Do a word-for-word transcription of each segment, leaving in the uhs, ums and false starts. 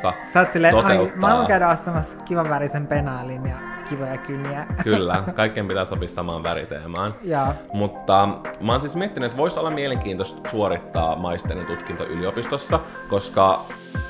musta Sä oot silleen, ai, toteuttaa. mä haluan käydä ostamassa kivan värisen penaalin ja kivoja kyniä. Kyllä, kaikkien pitää sopia samaan väriteemaan. Joo. Mutta mä oon siis miettinyt, että voisi olla mielenkiintoista suorittaa maisterin tutkinto yliopistossa, koska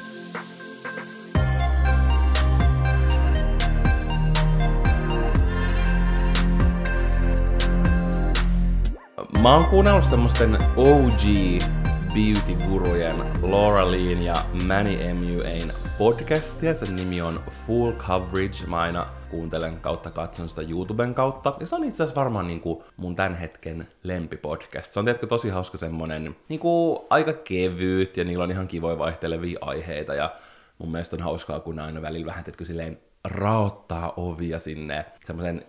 mä oon kuunnellut semmoisten O G beauty-gurujen Laura Leen ja Manny M U A:n podcastia. Sen nimi on Full Coverage. Mä aina kuuntelen kautta katson sitä YouTuben kautta. Ja se on itse asiassa varmaan niinku mun tän hetken lempipodcast. Se on tietysti tosi hauska semmonen niinku aika kevyt ja niillä on ihan kivoja vaihtelevia aiheita. Ja mun mielestä on hauskaa, kun ne aina välillä vähän teetkö silleen raottaa ovia sinne semmoisen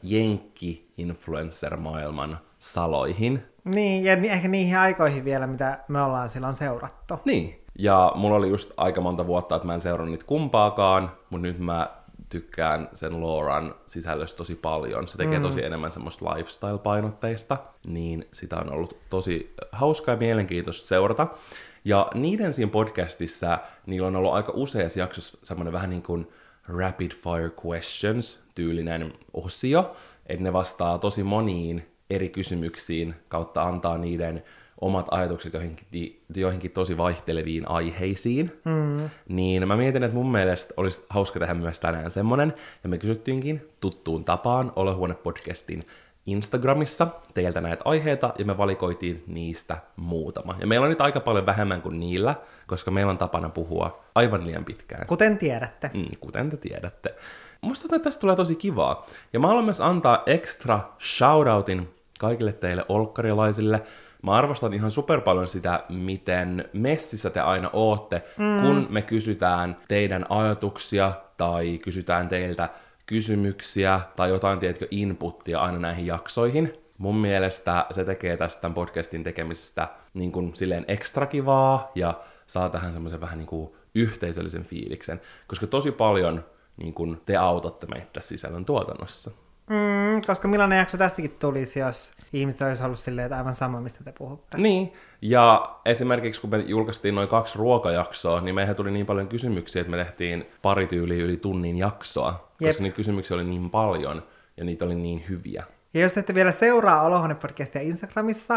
jenkki-influencer-maailman saloihin. Niin, ja ni- ehkä niihin aikoihin vielä, mitä me ollaan silloin seurattu. Niin, ja mulla oli just aika monta vuotta, että mä en seurannut niitä kumpaakaan, mutta nyt mä tykkään sen Lauran sisällöstä tosi paljon. Se tekee mm. tosi enemmän semmoista lifestyle-painotteista, niin sitä on ollut tosi hauskaa ja mielenkiintoista seurata. Ja niiden siinä podcastissa, niillä on ollut aika useassa jaksossa semmoinen vähän niin kuin rapid fire questions tyylinen osio, että ne vastaa tosi moniin eri kysymyksiin kautta antaa niiden omat ajatukset joihinkin, joihinkin tosi vaihteleviin aiheisiin. Mm. Niin mä mietin, että mun mielestä olisi hauska tehdä myös tänään semmonen, ja me kysyttiinkin tuttuun tapaan Olohuone-podcastin Instagramissa teiltä näitä aiheita, ja me valikoitiin niistä muutama. Ja meillä on nyt aika paljon vähemmän kuin niillä, koska meillä on tapana puhua aivan liian pitkään. Kuten tiedätte. Mm, kuten te tiedätte. Musta tuntuu, että tästä tulee tosi kivaa. Ja mä haluan myös antaa extra shoutoutin kaikille teille olkkarilaisille. Mä arvostan ihan super paljon sitä, miten messissä te aina ootte, mm. kun me kysytään teidän ajatuksia tai kysytään teiltä kysymyksiä tai jotain, tiedätkö, inputtia aina näihin jaksoihin. Mun mielestä se tekee tästä tämän podcastin tekemisestä niin kuin silleen ekstra kivaa ja saa tähän semmoisen vähän niin kuin yhteisöllisen fiiliksen, koska tosi paljon niin kuin te autatte meitä sisällön tuotannossa. Mm, koska millainen jakso tästäkin tulisi, jos ihmiset olisi ollut silleen, että aivan sama, mistä te puhutte. Niin, ja esimerkiksi kun me julkaistiin noin kaksi ruokajaksoa, niin meihän tuli niin paljon kysymyksiä, että me tehtiin pari tyyliä yli tunnin jaksoa, Jep. koska niitä kysymyksiä oli niin paljon ja niitä oli niin hyviä. Ja jos te ette vielä seuraa Olohuone-podcastia Instagramissa,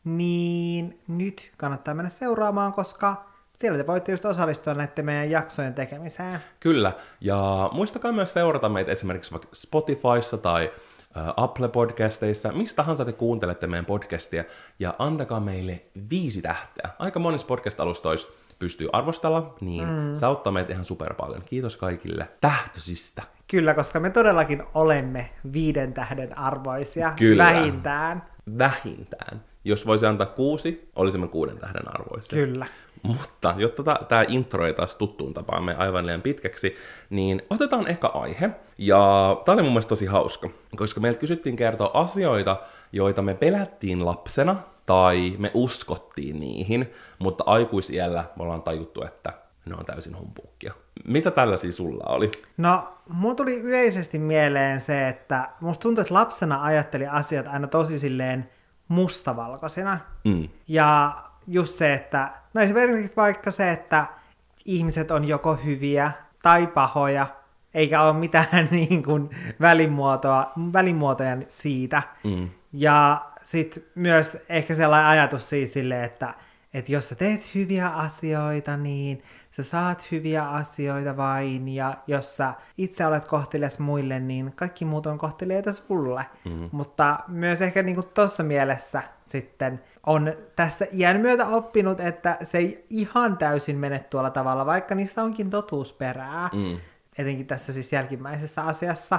niin nyt kannattaa mennä seuraamaan, koska siellä te voitte just osallistua näiden meidän jaksojen tekemiseen. Kyllä, ja muistakaa myös seurata meitä esimerkiksi vaikka Spotifyssa tai äh, Apple-podcasteissa, mistä tahansa te kuuntelette meidän podcastia, ja antakaa meille viisi tähteä. Aika monissa podcast-alustoissa pystyy arvostella, niin mm. se auttaa meitä ihan super paljon. Kiitos kaikille tähtöisistä. Kyllä, koska me todellakin olemme viiden tähden arvoisia, Kyllä. vähintään. Vähintään. Jos voisi antaa kuusi, olisimme kuuden tähden arvoisia. Kyllä. Mutta jotta tämä intro ei taas tuttuun tapaamme aivan liian pitkäksi, niin otetaan eka aihe. Ja tämä oli mun mielestä tosi hauska, koska meiltä kysyttiin kertoa asioita, joita me pelättiin lapsena, tai me uskottiin niihin, mutta aikuisiällä me ollaan tajuttu, että ne on täysin humpuukkia. Mitä tällaisia sulla oli? No, mulla tuli yleisesti mieleen se, että musta tuntuu, että lapsena ajatteli asiat aina tosi silleen mustavalkoisina. Mm. Ja just se, että, no esimerkiksi vaikka se, että ihmiset on joko hyviä tai pahoja, eikä ole mitään niin kuin välimuotoa, välimuotoja siitä. Mm. Ja sitten myös ehkä sellainen ajatus siis silleen, että, että jos sä teet hyviä asioita, niin sä saat hyviä asioita vain, ja jos sä itse olet kohtelias muille, niin kaikki muut on kohteliaita sulle. Mm-hmm. Mutta myös ehkä niin kuin tuossa mielessä sitten on tässä iän myötä oppinut, että se ei ihan täysin mene tuolla tavalla, vaikka niissä onkin totuusperää, mm. etenkin tässä siis jälkimmäisessä asiassa,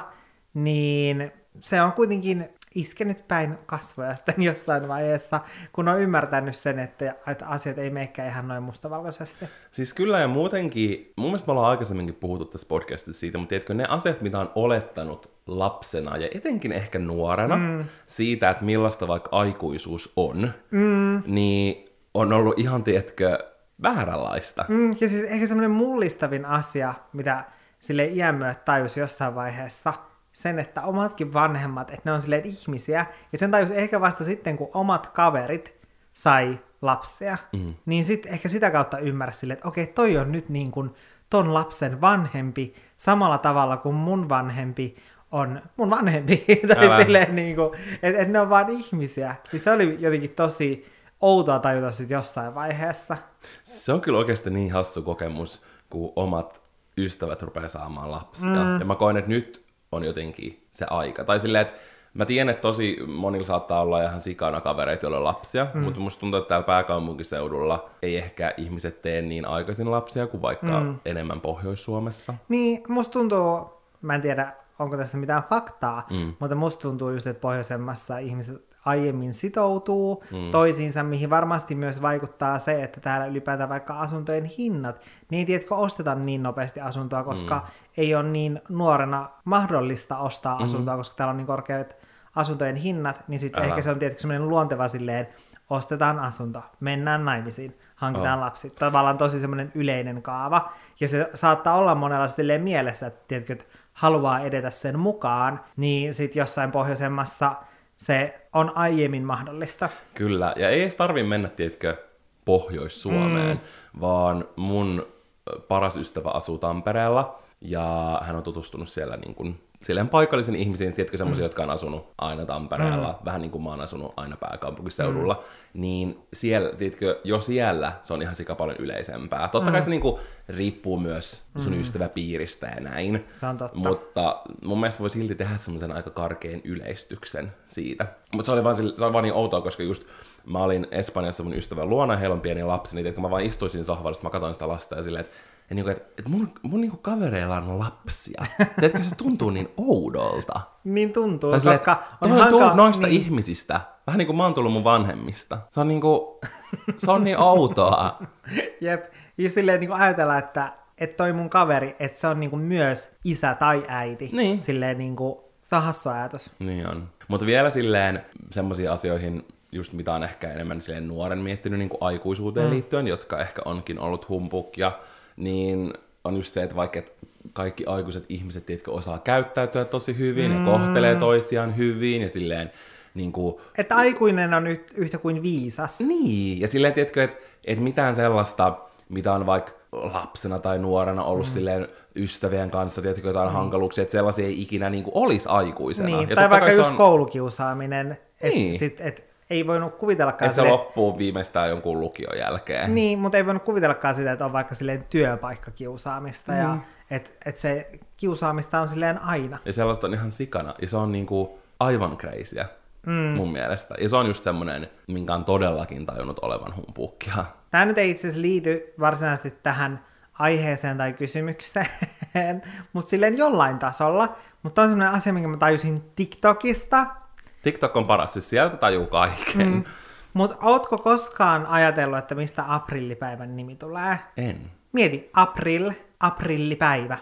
niin se on kuitenkin iskenyt päin kasvoja sitten jossain vaiheessa, kun on ymmärtänyt sen, että, että asiat ei meekään ihan noin mustavalkoisesti. Siis kyllä, ja muutenkin, mun mielestä me ollaan aikaisemminkin puhuttu tässä podcastissa siitä, mutta tiedätkö, ne asiat, mitä on olettanut lapsena ja etenkin ehkä nuorena mm. siitä, että millaista vaikka aikuisuus on, mm. niin on ollut ihan, tiedätkö, vääränlaista. Mm, ja siis ehkä semmoinen mullistavin asia, mitä sille iän myötä tajusi jossain vaiheessa, sen, että omatkin vanhemmat, että ne on silleen ihmisiä, ja sen tajusi ehkä vasta sitten, kun omat kaverit sai lapsia, mm. niin sitten ehkä sitä kautta ymmärsi silleen, että okei, toi on nyt niin kuin ton lapsen vanhempi samalla tavalla kuin mun vanhempi on mun vanhempi. tai silleen niin kuin, että et ne on vaan ihmisiä. Ja se oli jotenkin tosi outoa tajuta sit jossain vaiheessa. Se on kyllä oikeasti niin hassu kokemus, kun omat ystävät rupeaa saamaan lapsia. Mm. Ja mä koen, että nyt on jotenkin se aika. Tai silleen, että mä tiedän, että tosi monilla saattaa olla ihan sikana kavereita, joilla on lapsia, mm. mutta musta tuntuu, että täällä pääkaupunkiseudulla ei ehkä ihmiset tee niin aikaisin lapsia kuin vaikka mm. enemmän Pohjois-Suomessa. Niin, musta tuntuu, mä en tiedä, onko tässä mitään faktaa, mm. mutta musta tuntuu just, että pohjoisemmassa ihmiset aiemmin sitoutuu mm. toisiinsa, mihin varmasti myös vaikuttaa se, että täällä ylipäätään vaikka asuntojen hinnat, niin tiedätkö, osteta niin nopeasti asuntoa, koska mm. ei ole niin nuorena mahdollista ostaa mm. asuntoa, koska täällä on niin korkeat asuntojen hinnat, niin sitten ehkä se on tietysti semmoinen luonteva silleen, ostetaan asunto, mennään naimisiin, hankitaan oh. lapsi. Tavallaan tosi semmoinen yleinen kaava, ja se saattaa olla monella silleen mielessä, että tiedätkö, että haluaa edetä sen mukaan, niin sitten jossain pohjoisemmassa se on aiemmin mahdollista. Kyllä, ja ei edes tarvitse mennä, tiedätkö, Pohjois-Suomeen, mm. vaan mun paras ystävä asuu Tampereella, ja hän on tutustunut siellä niin kuin, silleen paikallisiin ihmisiin, tiedätkö, semmoisia, mm. jotka on asunut aina Tampereella, mm. vähän niin kuin mä oon asunut aina pääkaupunkiseudulla, mm. niin siellä, tiedätkö, jo siellä se on ihan sika paljon yleisempää. Totta kai mm. se niin kuin, riippuu myös sun mm. ystäväpiiristä ja näin, se on totta. Mutta mun mielestä voi silti tehdä semmoisen aika karkean yleistyksen siitä. Mutta se oli vaan, se oli vaan niin outoa, koska just mä olin Espanjassa mun ystävän luona, heillä on pieni lapsi, niin kun mä vaan istuisin sohvalla, mä katsoin sitä lasta ja silleen, että et niinku, et, et mun, mun niinku kavereilla on lapsia. Tiedätkö, se tuntuu niin oudolta. Niin tuntuu, tai koska on on hanka... noista niin. ihmisistä. Vähän niin kuin mä oon tullut mun vanhemmista. Se on niinku, se on niin outoa. Jep, ja silleen niinku ajatella, että että toi mun kaveri, että se on niinku myös isä tai äiti. Niin. Silleen niinku, se on hassu ajatus. Niin on. Mutta vielä silleen semmoisiin asioihin, just mitä on ehkä enemmän silleen nuoren miettinyt niin kuin aikuisuuteen mm. liittyen, jotka ehkä onkin ollut humpukkia, niin on just se, että vaikka et kaikki aikuiset ihmiset, tiedätkö, osaa käyttäytyä tosi hyvin mm. ja kohtelee toisiaan hyvin ja silleen niin kuin... Että aikuinen on yhtä kuin viisas. Niin, ja silleen, tiedätkö, että et mitään sellaista, mitä on vaikka lapsena tai nuorena ollut mm. silleen ystävien kanssa, tiedätkö, jotain mm. hankaluuksia, että sellaisia ei ikinä niin kuin olisi aikuisena. Niin, ja tai vaikka just on... koulukiusaaminen, että niin. sit, et ei voinut kuvitellakaan... Että se silleen... loppuu viimeistään jonkun lukion jälkeen. Niin, mutta ei voinut kuvitellakaan sitä, että on vaikka silleen työpaikkakiusaamista, mm. ja että et se kiusaamista on silleen aina. Ja sellaista on ihan sikana, ja se on niinku aivan crazyä. Mm. Mun mielestä. Ja se on just semmoinen, minkä on todellakin tajunnut olevan humpuukkia. Tämä nyt ei itse asiassa liity varsinaisesti tähän aiheeseen tai kysymykseen, mutta silleen jollain tasolla. Mutta on semmoinen asia, minkä mä tajusin TikTokista. TikTok on paras, siis sieltä tajuu kaiken. Mm. Mutta ootko koskaan ajatellut, että mistä aprillipäivän nimi tulee? En. Mieti, april, aprillipäivä.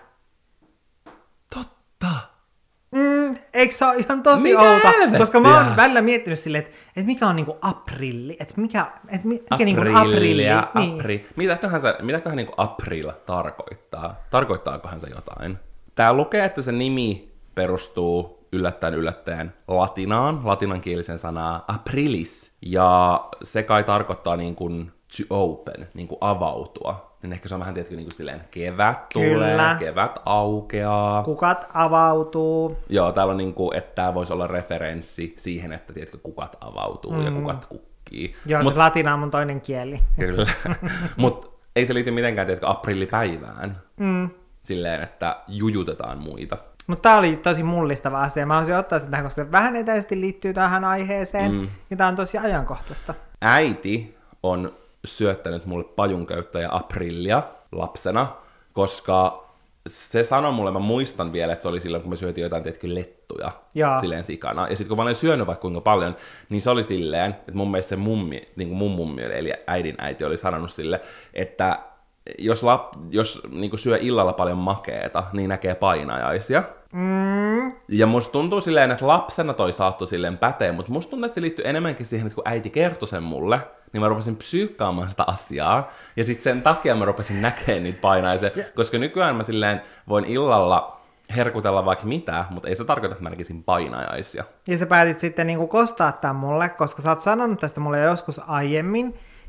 Totta. Mm, eikö se ole ihan tosi mitä outa? helvettiä? Koska mä oon välillä miettinyt silleen, että, että mikä on niinku aprilli, että mikä, että mikä niinku aprilli. Niin. Apri. Mitäköhän, se, mitäköhän niinku april tarkoittaa? Tarkoittaakohan se jotain? Tää lukee, että se nimi perustuu yllättäen yllättäen latinaan, latinankielisen sanaa aprilis, ja se kai tarkoittaa niin kuin to open, niin kuin avautua. Niin ehkä se on vähän, tiedätkö, niin kuin silleen kevät Kyllä. tulee, kevät aukeaa. Kukat avautuu. Joo, täällä on niin kuin, että tää voisi olla referenssi siihen, että tiedätkö, kukat avautuu mm. ja kukat kukkii. Joo, Mut, se latina on mun toinen kieli. Kyllä, mutta ei se liity mitenkään, tiedätkö, aprillipäivään. Mm. Silleen, että jujutetaan muita. Mutta tää oli tosi mullistava asia. Mä haluaisin ottaa sen tähän, koska se vähän etäisesti liittyy tähän aiheeseen. Mm. Ja tää on tosi ajankohtaista. Äiti on syöttänyt mulle pajunköyttä ja aprillia lapsena, koska se sanoi mulle, mä muistan vielä, että se oli silloin, kun me syötiin jotain, tiedätkö, lettuja Jaa. silleen sikana. Ja sitten kun mä olen syönyt vaikka kuinka paljon, niin se oli silleen, että mun mielestä se mummi, niin kuin mun mummi, eli äidin äiti oli sanonut sille, että jos, lap, jos niin syö illalla paljon makeeta, niin näkee painajaisia. Mm. Ja musta tuntuu silleen, että lapsena toi saattoi silleen päteen, mutta musta tuntuu, että se liittyy enemmänkin siihen, että kun äiti kertoi sen mulle, niin mä rupesin psyykkaamaan sitä asiaa. Ja sitten sen takia mä rupesin näkemään niitä painajaisia, yeah. koska nykyään mä silleen voin illalla herkutella vaikka mitä, mutta ei se tarkoita, että mä näkisin painajaisia. Ja sä päätit sitten niinku kostaa tämän mulle, koska sä oot sanonut tästä mulle joskus aiemmin,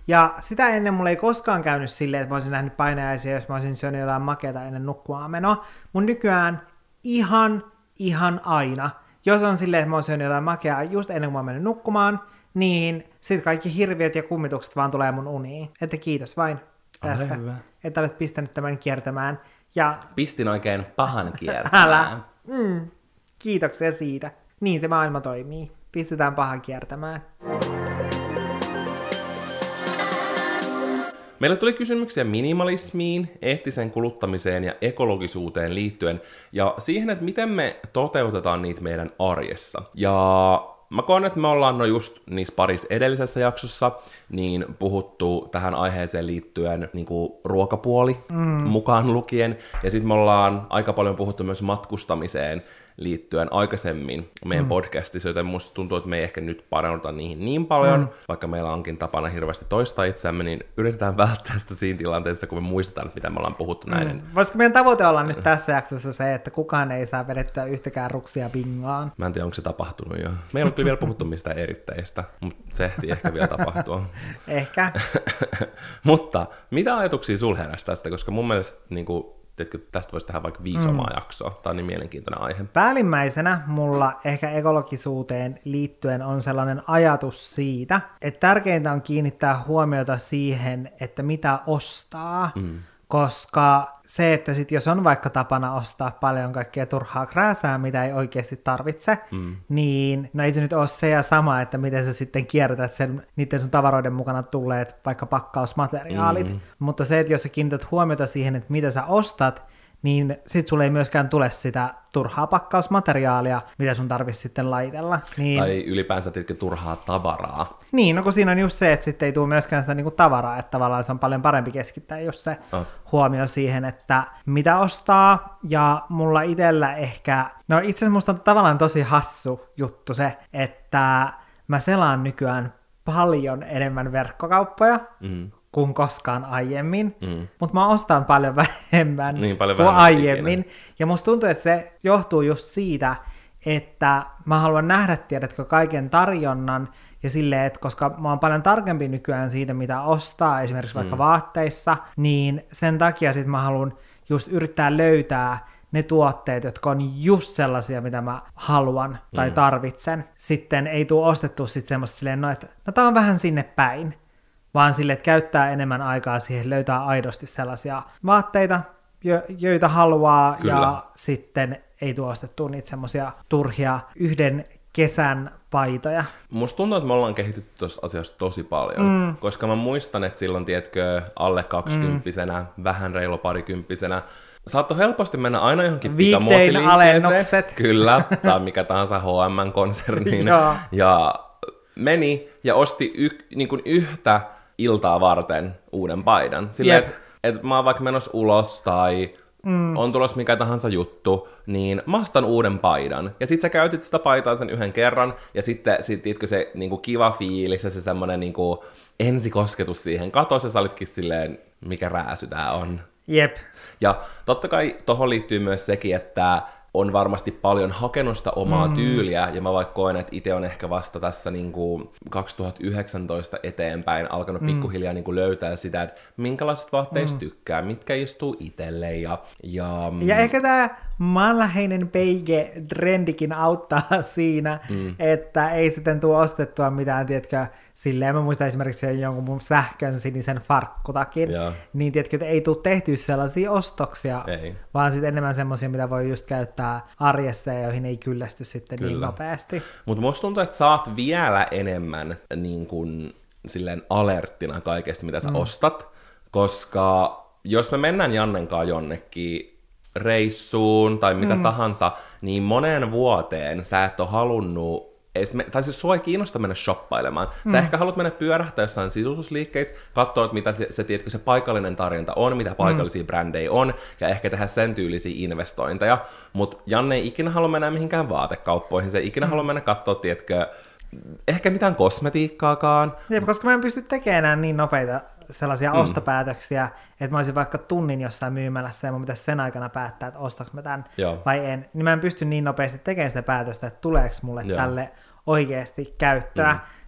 Ja sitä ennen mulla ei koskaan käynyt silleen, että mä olisin nähnyt painajaisia, jos mä olisin syönyt jotain makeata ennen nukkumaan menoa. Mun nykyään ihan, ihan aina, jos on silleen, että mä oon syönyt jotain makeaa just ennen kuin mä oon mennyt nukkumaan, niin sit kaikki hirviöt ja kummitukset vaan tulee mun uniin. Että kiitos vain tästä, että olet pistänyt tämän kiertämään. Ja... Pistin oikein pahan kiertämään. Älä. Mm, kiitoksia siitä. Niin se maailma toimii. Pistetään pahan kiertämään. Meillä tuli kysymyksiä minimalismiin, eettiseen kuluttamiseen ja ekologisuuteen liittyen, ja siihen, että miten me toteutetaan niitä meidän arjessa. Ja mä koen, että me ollaan no just niissä parissa edellisessä jaksossa niin puhuttu tähän aiheeseen liittyen niin kuin ruokapuoli mm. mukaan lukien, ja sitten me ollaan aika paljon puhuttu myös matkustamiseen liittyen aikaisemmin meidän mm. podcastissa, joten musta tuntuu, että me ei ehkä nyt paneuduta niihin niin paljon, mm. vaikka meillä onkin tapana hirveästi toistaa itseämme, niin yritetään välttää sitä siinä tilanteessa, kun me muistetaan, mitä me ollaan puhuttu mm. näiden. Voisiko meidän tavoite olla nyt tässä jaksossa se, että kukaan ei saa vedettyä yhtäkään ruksia bingaan? Mä en tiedä, onko se tapahtunut jo. Me ei ole kyllä vielä puhuttu mistään eritteistä, mutta se ehtii ehkä vielä tapahtua. Ehkä. Mutta mitä ajatuksia sul heräsi tästä, koska mun mielestä niin kuin, teetkö, tästä voisi tehdä vaikka viisi mm. omaa jaksoa. Tämä on niin mielenkiintoinen aihe. Päällimmäisenä mulla ehkä ekologisuuteen liittyen on sellainen ajatus siitä, että tärkeintä on kiinnittää huomiota siihen, että mitä ostaa. Mm. Koska se, että sit jos on vaikka tapana ostaa paljon kaikkea turhaa krääsää, mitä ei oikeasti tarvitse, mm. niin no ei se nyt ole se ja sama, että miten sä sitten kierrätät sen, niiden sun tavaroiden mukana tulleet vaikka pakkausmateriaalit. Mm. Mutta se, että jos sä kiinnität huomiota siihen, että mitä sä ostat, niin sit sulle ei myöskään tule sitä turhaa pakkausmateriaalia, mitä sun tarvitsisi sitten laitella. Niin... Tai ylipäänsä tietenkin turhaa tavaraa. Niin, no kun siinä on just se, että sitten ei tule myöskään sitä niinku tavaraa, että tavallaan se on paljon parempi keskittää just se oh. huomio siihen, että mitä ostaa, ja mulla itsellä ehkä, no itse asiassa musta on tavallaan tosi hassu juttu se, että mä selaan nykyään paljon enemmän verkkokauppoja, mm. kuin koskaan aiemmin, mm. mutta mä ostan paljon vähemmän niin, paljon kuin vähemmän aiemmin. ikinä. Ja musta tuntuu, että se johtuu just siitä, että mä haluan nähdä, tiedätkö, kaiken tarjonnan, ja silleen, että koska mä oon paljon tarkempi nykyään siitä, mitä ostaa, esimerkiksi vaikka mm. vaatteissa, niin sen takia sit mä haluan just yrittää löytää ne tuotteet, jotka on just sellaisia, mitä mä haluan tai mm. tarvitsen. Sitten ei tule ostettua sit semmoista silleen, no, että no tää on vähän sinne päin, vaan sille, että käyttää enemmän aikaa siihen, löytää aidosti sellaisia vaatteita, jo- joita haluaa, Kyllä. ja sitten ei tule ostettua niitä semmoisia turhia yhden kesän paitoja. Musta tuntuu, että me ollaan kehitytty tuossa asiassa tosi paljon, mm. koska mä muistan, että silloin, tiedätkö, alle kaksikymppisenä, mm. vähän reilu parikymppisenä, saattoi helposti mennä aina johonkin pikamuotiliikkeeseen. Kyllä, tai mikä tahansa H and M-konserniin. ja meni ja osti y- niin kuin yhtä iltaa varten uuden paidan. Silleen, että et mä oon vaikka menossa ulos tai mm. on tulossa mikä tahansa juttu, niin mä ostan uuden paidan. Ja sit sä käytit sitä paitaa sen yhden kerran, ja sitten sit, tiedätkö, se niinku kiva fiilis ja se semmonen niinku ensikosketus siihen katosi, ja sä olitkin silleen, mikä rääsy tää on. Jep. Ja totta kai tohon liittyy myös sekin, että on varmasti paljon hakenut sitä omaa mm. tyyliä, ja mä vaikka koen, että itse on ehkä vasta tässä niin kuin kaksituhattayhdeksäntoista eteenpäin alkanut mm. pikkuhiljaa niin kuin löytää sitä, että minkälaisista vaatteista mm. tykkää, mitkä istuu itselle. Ja, ja, ja ehkä tämä maanläheinen peige-trendikin auttaa siinä, mm. että ei sitten tule ostettua mitään, tiedätkö, silleen, mä muistan esimerkiksi jonkun mun sähkön sinisen farkkutakin, ja. niin tiedätkö, että ei tule tehtyä sellaisia ostoksia, ei. vaan sitten enemmän semmoisia, mitä voi just käyttää arjessa ja joihin ei kyllästy sitten Kyllä. niin nopeasti. Mutta musta tuntuu, että sä oot vielä enemmän niin kun, silleen alerttina kaikesta, mitä sä mm. ostat, koska jos me mennään Jannenkaan jonnekin reissuun tai mitä mm. tahansa, niin moneen vuoteen sä et ole halunnut Me, tai siis sua ei kiinnosta mennä shoppailemaan. Sä mm. ehkä haluat mennä pyörähtää jossain sisustusliikkeissä, katsoa, että mitä se, se, tiedätkö, se paikallinen tarjonta on, mitä paikallisia mm. brändejä on, ja ehkä tehdä sen tyylisiä investointeja. Mutta Janne ei ikinä halua mennä mihinkään vaatekauppoihin, se ei ikinä mm. halua mennä katsoa, tiedätkö, ehkä mitään kosmetiikkaakaan. Jep, koska mä en pysty tekemään enää niin nopeita sellaisia mm. ostopäätöksiä, että mä olisin vaikka tunnin jossain myymälässä ja mun pitäisi sen aikana päättää, että ostaks mä tämän Joo. vai en. Niin mä en pysty niin nopeasti tekemään sitä päätöstä, että tuleeko mulle Joo. tälle oikeasti käyttöä. Mm.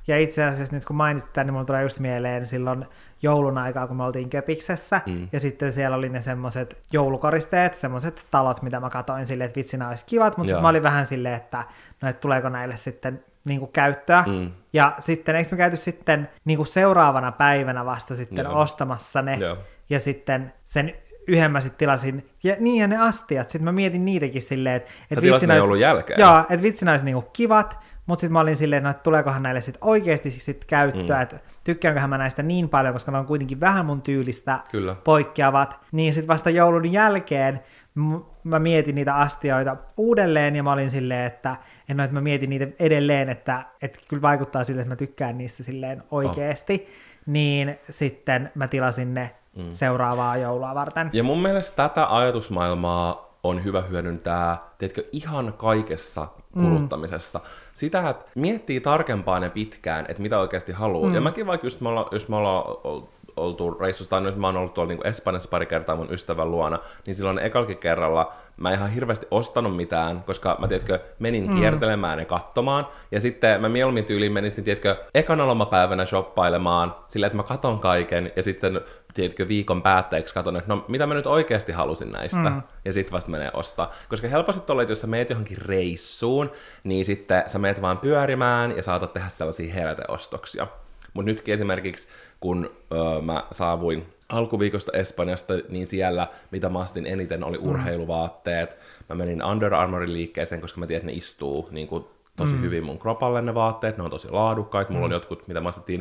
Ja itse asiassa nyt kun mainitsit tämän, niin mulla tulee just mieleen silloin joulun aikaa, kun me oltiin Köpiksessä, mm. ja sitten siellä oli ne semmoiset joulukoristeet, semmoiset talot, mitä mä katsoin silleen, että vitsi, nämä olisi kivat, mutta sitten mä olin vähän silleen, että no, et tuleeko näille sitten niin kuin käyttöä. Mm. Ja sitten, eikö me käyty sitten niin kuin seuraavana päivänä vasta sitten Joo. ostamassa ne, Joo. ja sitten sen yhden mä sitten tilasin, ja niin ja ne astiat, sitten mä mietin niitäkin silleen, että et vitsi ne joulun jälkeen? Joo, että vitsi olisi niinku kivat, mutta sitten mä olin silleen, no, että tuleekohan näille sitten oikeasti sit käyttöä, mm. että tykkäänköhän mä näistä niin paljon, koska ne on kuitenkin vähän mun tyylistä Kyllä. poikkeavat, niin sitten vasta joulun jälkeen m- mä mietin niitä astioita uudelleen, ja mä olin silleen, että, en ole, että mä mietin niitä edelleen, että, että kyllä vaikuttaa silleen, että mä tykkään niistä silleen oikeasti, oh. niin sitten mä tilasin ne Mm. seuraavaa joulua varten. Ja mun mielestä tätä ajatusmaailmaa on hyvä hyödyntää, tiedätkö, ihan kaikessa kuluttamisessa. Mm. Sitä, että miettii tarkempaan ja pitkään, että mitä oikeasti haluaa. Mm. Ja mäkin vaikka just me ollaan, jos me ollaan oltu reissussa, tai nyt mä oon ollut tuolla niin kuin Espanjassa pari kertaa mun ystävän luona, niin silloin ekalkin kerralla mä en ihan hirveästi ostanut mitään, koska mä, tiedätkö, menin mm. kiertelemään ja katsomaan, ja sitten mä mieluummin tyyliin menisin, tiedätkö, ekana lomapäivänä shoppailemaan, sillä että mä katon kaiken, ja sitten, tiedätkö, viikon päätteeksi katon, että no, mitä mä nyt oikeasti halusin näistä, mm. ja sit vasta menee ostaa. Koska helposti tuolla, että jos sä meet johonkin reissuun, niin sitten sä meet vaan pyörimään, ja saatat tehdä sellaisia heräteostoksia. Mutta nytkin esimerkiksi, kun öö, mä saavuin alkuviikosta Espanjasta, niin siellä, mitä mä astin eniten, oli urheiluvaatteet. Mä menin Under Armourin liikkeeseen, koska mä tiedän, että ne istuu niin kuin tosi mm. hyvin mun kropalle ne vaatteet, ne on tosi laadukkaita. Mulla mm. on jotkut, mitä mä astettiin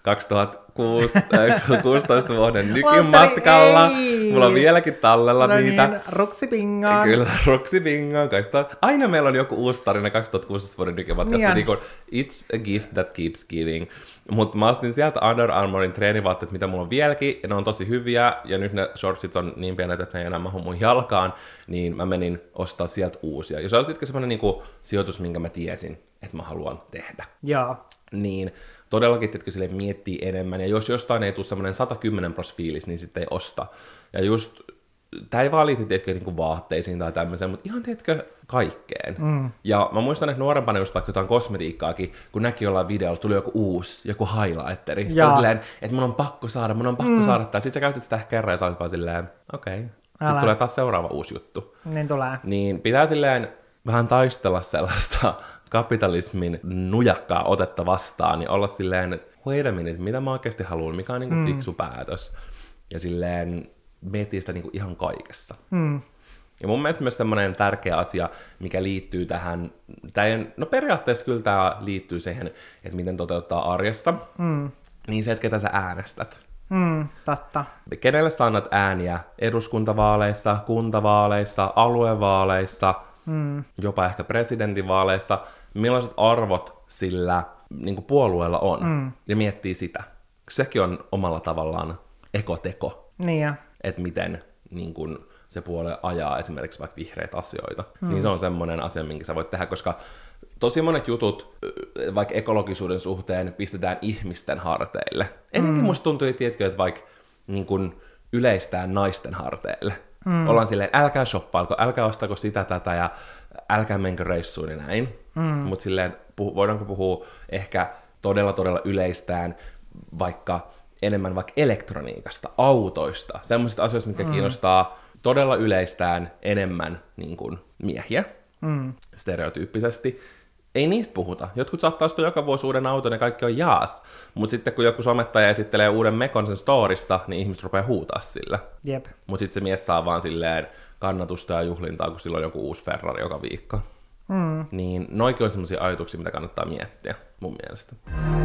kaksituhattakuusitoista vuoden nykymatkalla. Mulla on vieläkin tallella no niitä. Niin, ruksipingaan. Kyllä, ruksipingaan. Aina meillä on joku uusi tarina kaksituhattakuusitoista vuoden nykymatkasta. Niin kuin, it's a gift that keeps giving. Mutta mä astin sieltä Under Armourin treenivaatteet, mitä mulla on vieläkin, ja ne on tosi hyviä, ja nyt ne shortsit on niin pienet, että ne ei enää mahu mun jalkaan, niin mä menin ostaa sieltä uusia. Ja se oli semmoinen niinku sijoitus, minkä mä tiesin, että mä haluan tehdä. Joo. Niin todellakin, että sille miettii enemmän, ja jos jostain ei tule semmoinen sata kymmenen prosenttia fiilis, niin sitten ei osta. Ja just, tää ei vaan liity, tiedätkö, niinku vaatteisiin tai tämmöiseen, mutta ihan, tiedätkö, kaikkeen. Mm. Ja mä muistan, että nuorempana just vaikka jotain kosmetiikkaakin, kun näki jollain videolla, tuli joku uusi, joku highlighteri. Sitten silleen, että mun on pakko saada, mun on pakko mm. saada tää. Sitten sä käytit sitä ehkä kerran ja sä olit vaan silleen, okei. Okay. Sitten tulee taas seuraava uusi juttu. Niin tulee. Niin pitää silleen vähän taistella sellaista kapitalismin nujakkaa otetta vastaan, niin olla silleen, että wait a minute, mitä mä oikeasti haluan, mikä on niinku mm. fiksu päätös. Ja silleen miettii sitä niinku ihan kaikessa. Mm. Ja mun mielestä myös semmoinen tärkeä asia, mikä liittyy tähän, tämän, no periaatteessa kyllä tämä liittyy siihen, että miten toteuttaa arjessa, mm. niin se, että ketä sä äänestät. Mm, totta. Kenelle sä annat ääniä eduskuntavaaleissa, kuntavaaleissa, aluevaaleissa, mm. jopa ehkä presidentinvaaleissa, millaiset arvot sillä niin kuin puolueella on, mm. ja miettii sitä. Sekin on omalla tavallaan ekoteko, niin ja. Että miten niin kuin, se puolue ajaa esimerkiksi vaikka vihreitä asioita. Mm. Niin se on semmoinen asia, minkä sä voit tehdä, koska tosi monet jutut, vaikka ekologisuuden suhteen, pistetään ihmisten harteille. Ennenkin mm. musta tuntui, tiedätkö, että vaikka niin kun yleistään naisten harteille. Mm. Ollaan silleen, älkää shoppailko, älkää ostako sitä tätä ja älkää menkö reissuun ja näin. Mm. Mutta silleen, puh- voidaanko puhua ehkä todella todella yleistään vaikka enemmän vaikka elektroniikasta, autoista, semmoisista asioista, mitkä mm. kiinnostaa todella yleistään enemmän niin kuin miehiä, mm. stereotyyppisesti. Ei niistä puhuta. Jotkut saattaa ostaa joka vuosi uuden auton ja kaikki on jaas. Mutta sitten kun joku somettaja esittelee uuden mekon sen storissa, niin ihmiset rupeaa huutaa sillä. Jep. Mutta sitten se mies saa vaan silleen kannatusta ja juhlintaa, kun sillä on joku uusi Ferrari joka viikko. Mm. Niin noikin on semmoisia ajatuksia, mitä kannattaa miettiä mun mielestä.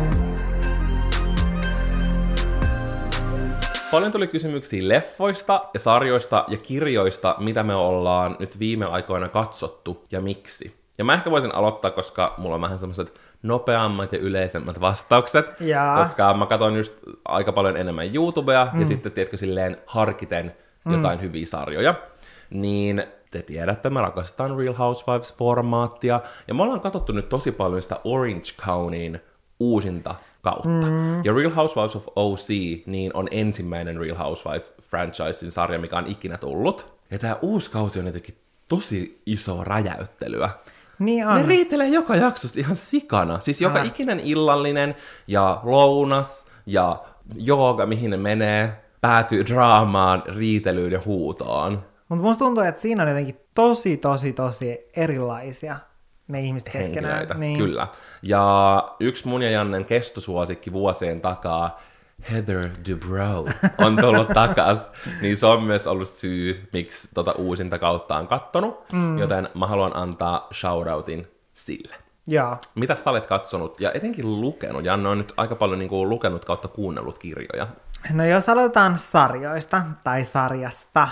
Paljon tuli kysymyksiä leffoista ja sarjoista ja kirjoista, mitä me ollaan nyt viime aikoina katsottu ja miksi. Ja mä ehkä voisin aloittaa, koska mulla on vähän semmoiset nopeammat ja yleisemmät vastaukset. Jaa. Koska mä katson just aika paljon enemmän YouTubea mm. ja sitten tiedätkö silleen harkiten mm. jotain hyviä sarjoja. Niin te tiedätte, mä rakastan Real Housewives-formaattia. Ja me ollaan katsottu nyt tosi paljon sitä Orange Countyn uusinta kautta. Mm. Ja Real Housewives of O C niin on ensimmäinen Real Housewives-franchisin sarja, mikä on ikinä tullut. Ja tää uusi kausi on jotenkin tosi iso räjäyttelyä. Niin on. Ne riitelee joka jaksossa ihan sikana. Siis joka Älä. ikinen illallinen ja lounas ja jooga, mihin ne menee, päätyy draamaan, riitelyyn ja huutoon. Mutta musta tuntuu, että siinä on jotenkin tosi, tosi, tosi erilaisia ne ihmiset keskenään. Henkilöitä, niin. kyllä. Ja yksi mun ja Jannen kestosuosikki vuosien takaa, Heather Dubrow, on tullut takas, niin se on myös ollut syy, miksi tota uusinta kautta on kattonut, mm. joten mä haluan antaa shoutoutin sille. Joo. Mitä sä olet katsonut ja etenkin lukenut? Janne on nyt aika paljon niin kuin lukenut kautta kuunnellut kirjoja. No jos aloitetaan sarjoista tai sarjasta,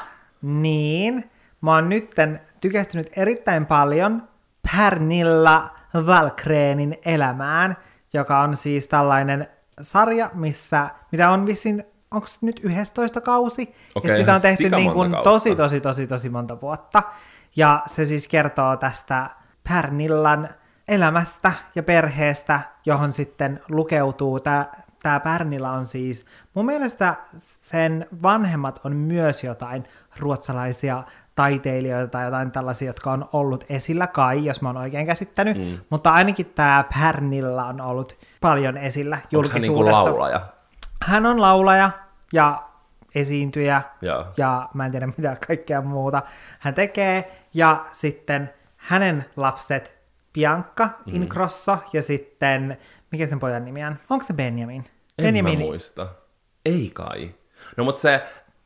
niin mä oon nytten tykästynyt erittäin paljon Pernilla Wahlgrenin elämään, joka on siis tällainen sarja, missä, mitä on vissiin, onko se nyt yhdestoista kausi? Okei, että sitä on tehty niin kuin kautta. tosi, tosi, tosi, tosi monta vuotta. Ja se siis kertoo tästä Pernillan elämästä ja perheestä, johon sitten lukeutuu tämä Tämä Pernilla on siis, mun mielestä sen vanhemmat on myös jotain ruotsalaisia taiteilijoita tai jotain tällaisia, jotka on ollut esillä kai, jos mä oon oikein käsittänyt, mm. mutta ainakin tämä Pernilla on ollut paljon esillä julkisuudessa. Onko hän niin kuin laulaja? Hän on laulaja ja esiintyjä Joo. ja mä en tiedä mitä kaikkea muuta hän tekee. Ja sitten hänen lapset Bianca mm. Ingrosso ja sitten, mikä sen pojan nimi on? Onko se Benjamin? En Benjamin. mä muista. Ei kai. No mutta se,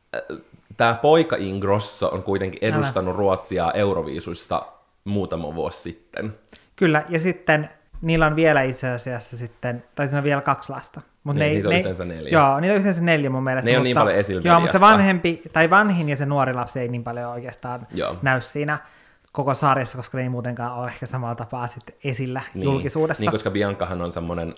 tämä poika Ingrosso on kuitenkin edustanut Älä. Ruotsia Euroviisuissa muutama vuosi sitten. Kyllä, ja sitten niillä on vielä itse asiassa sitten, tai siinä on vielä kaksi lasta. Mut niin, ne, niitä on ne, yhteensä neljä. Joo, niitä on yhteensä neljä mun mielestä. Ne ei mutta, ole niin paljon esillä joo, mutta se mediassa. vanhempi, tai vanhin ja se nuori lapsi ei niin paljon oikeastaan joo. näy siinä koko sarjassa, koska ne ei muutenkaan ole ehkä samalla tapaa sitten esillä niin, julkisuudessa. Niin, koska Biancahan on semmoinen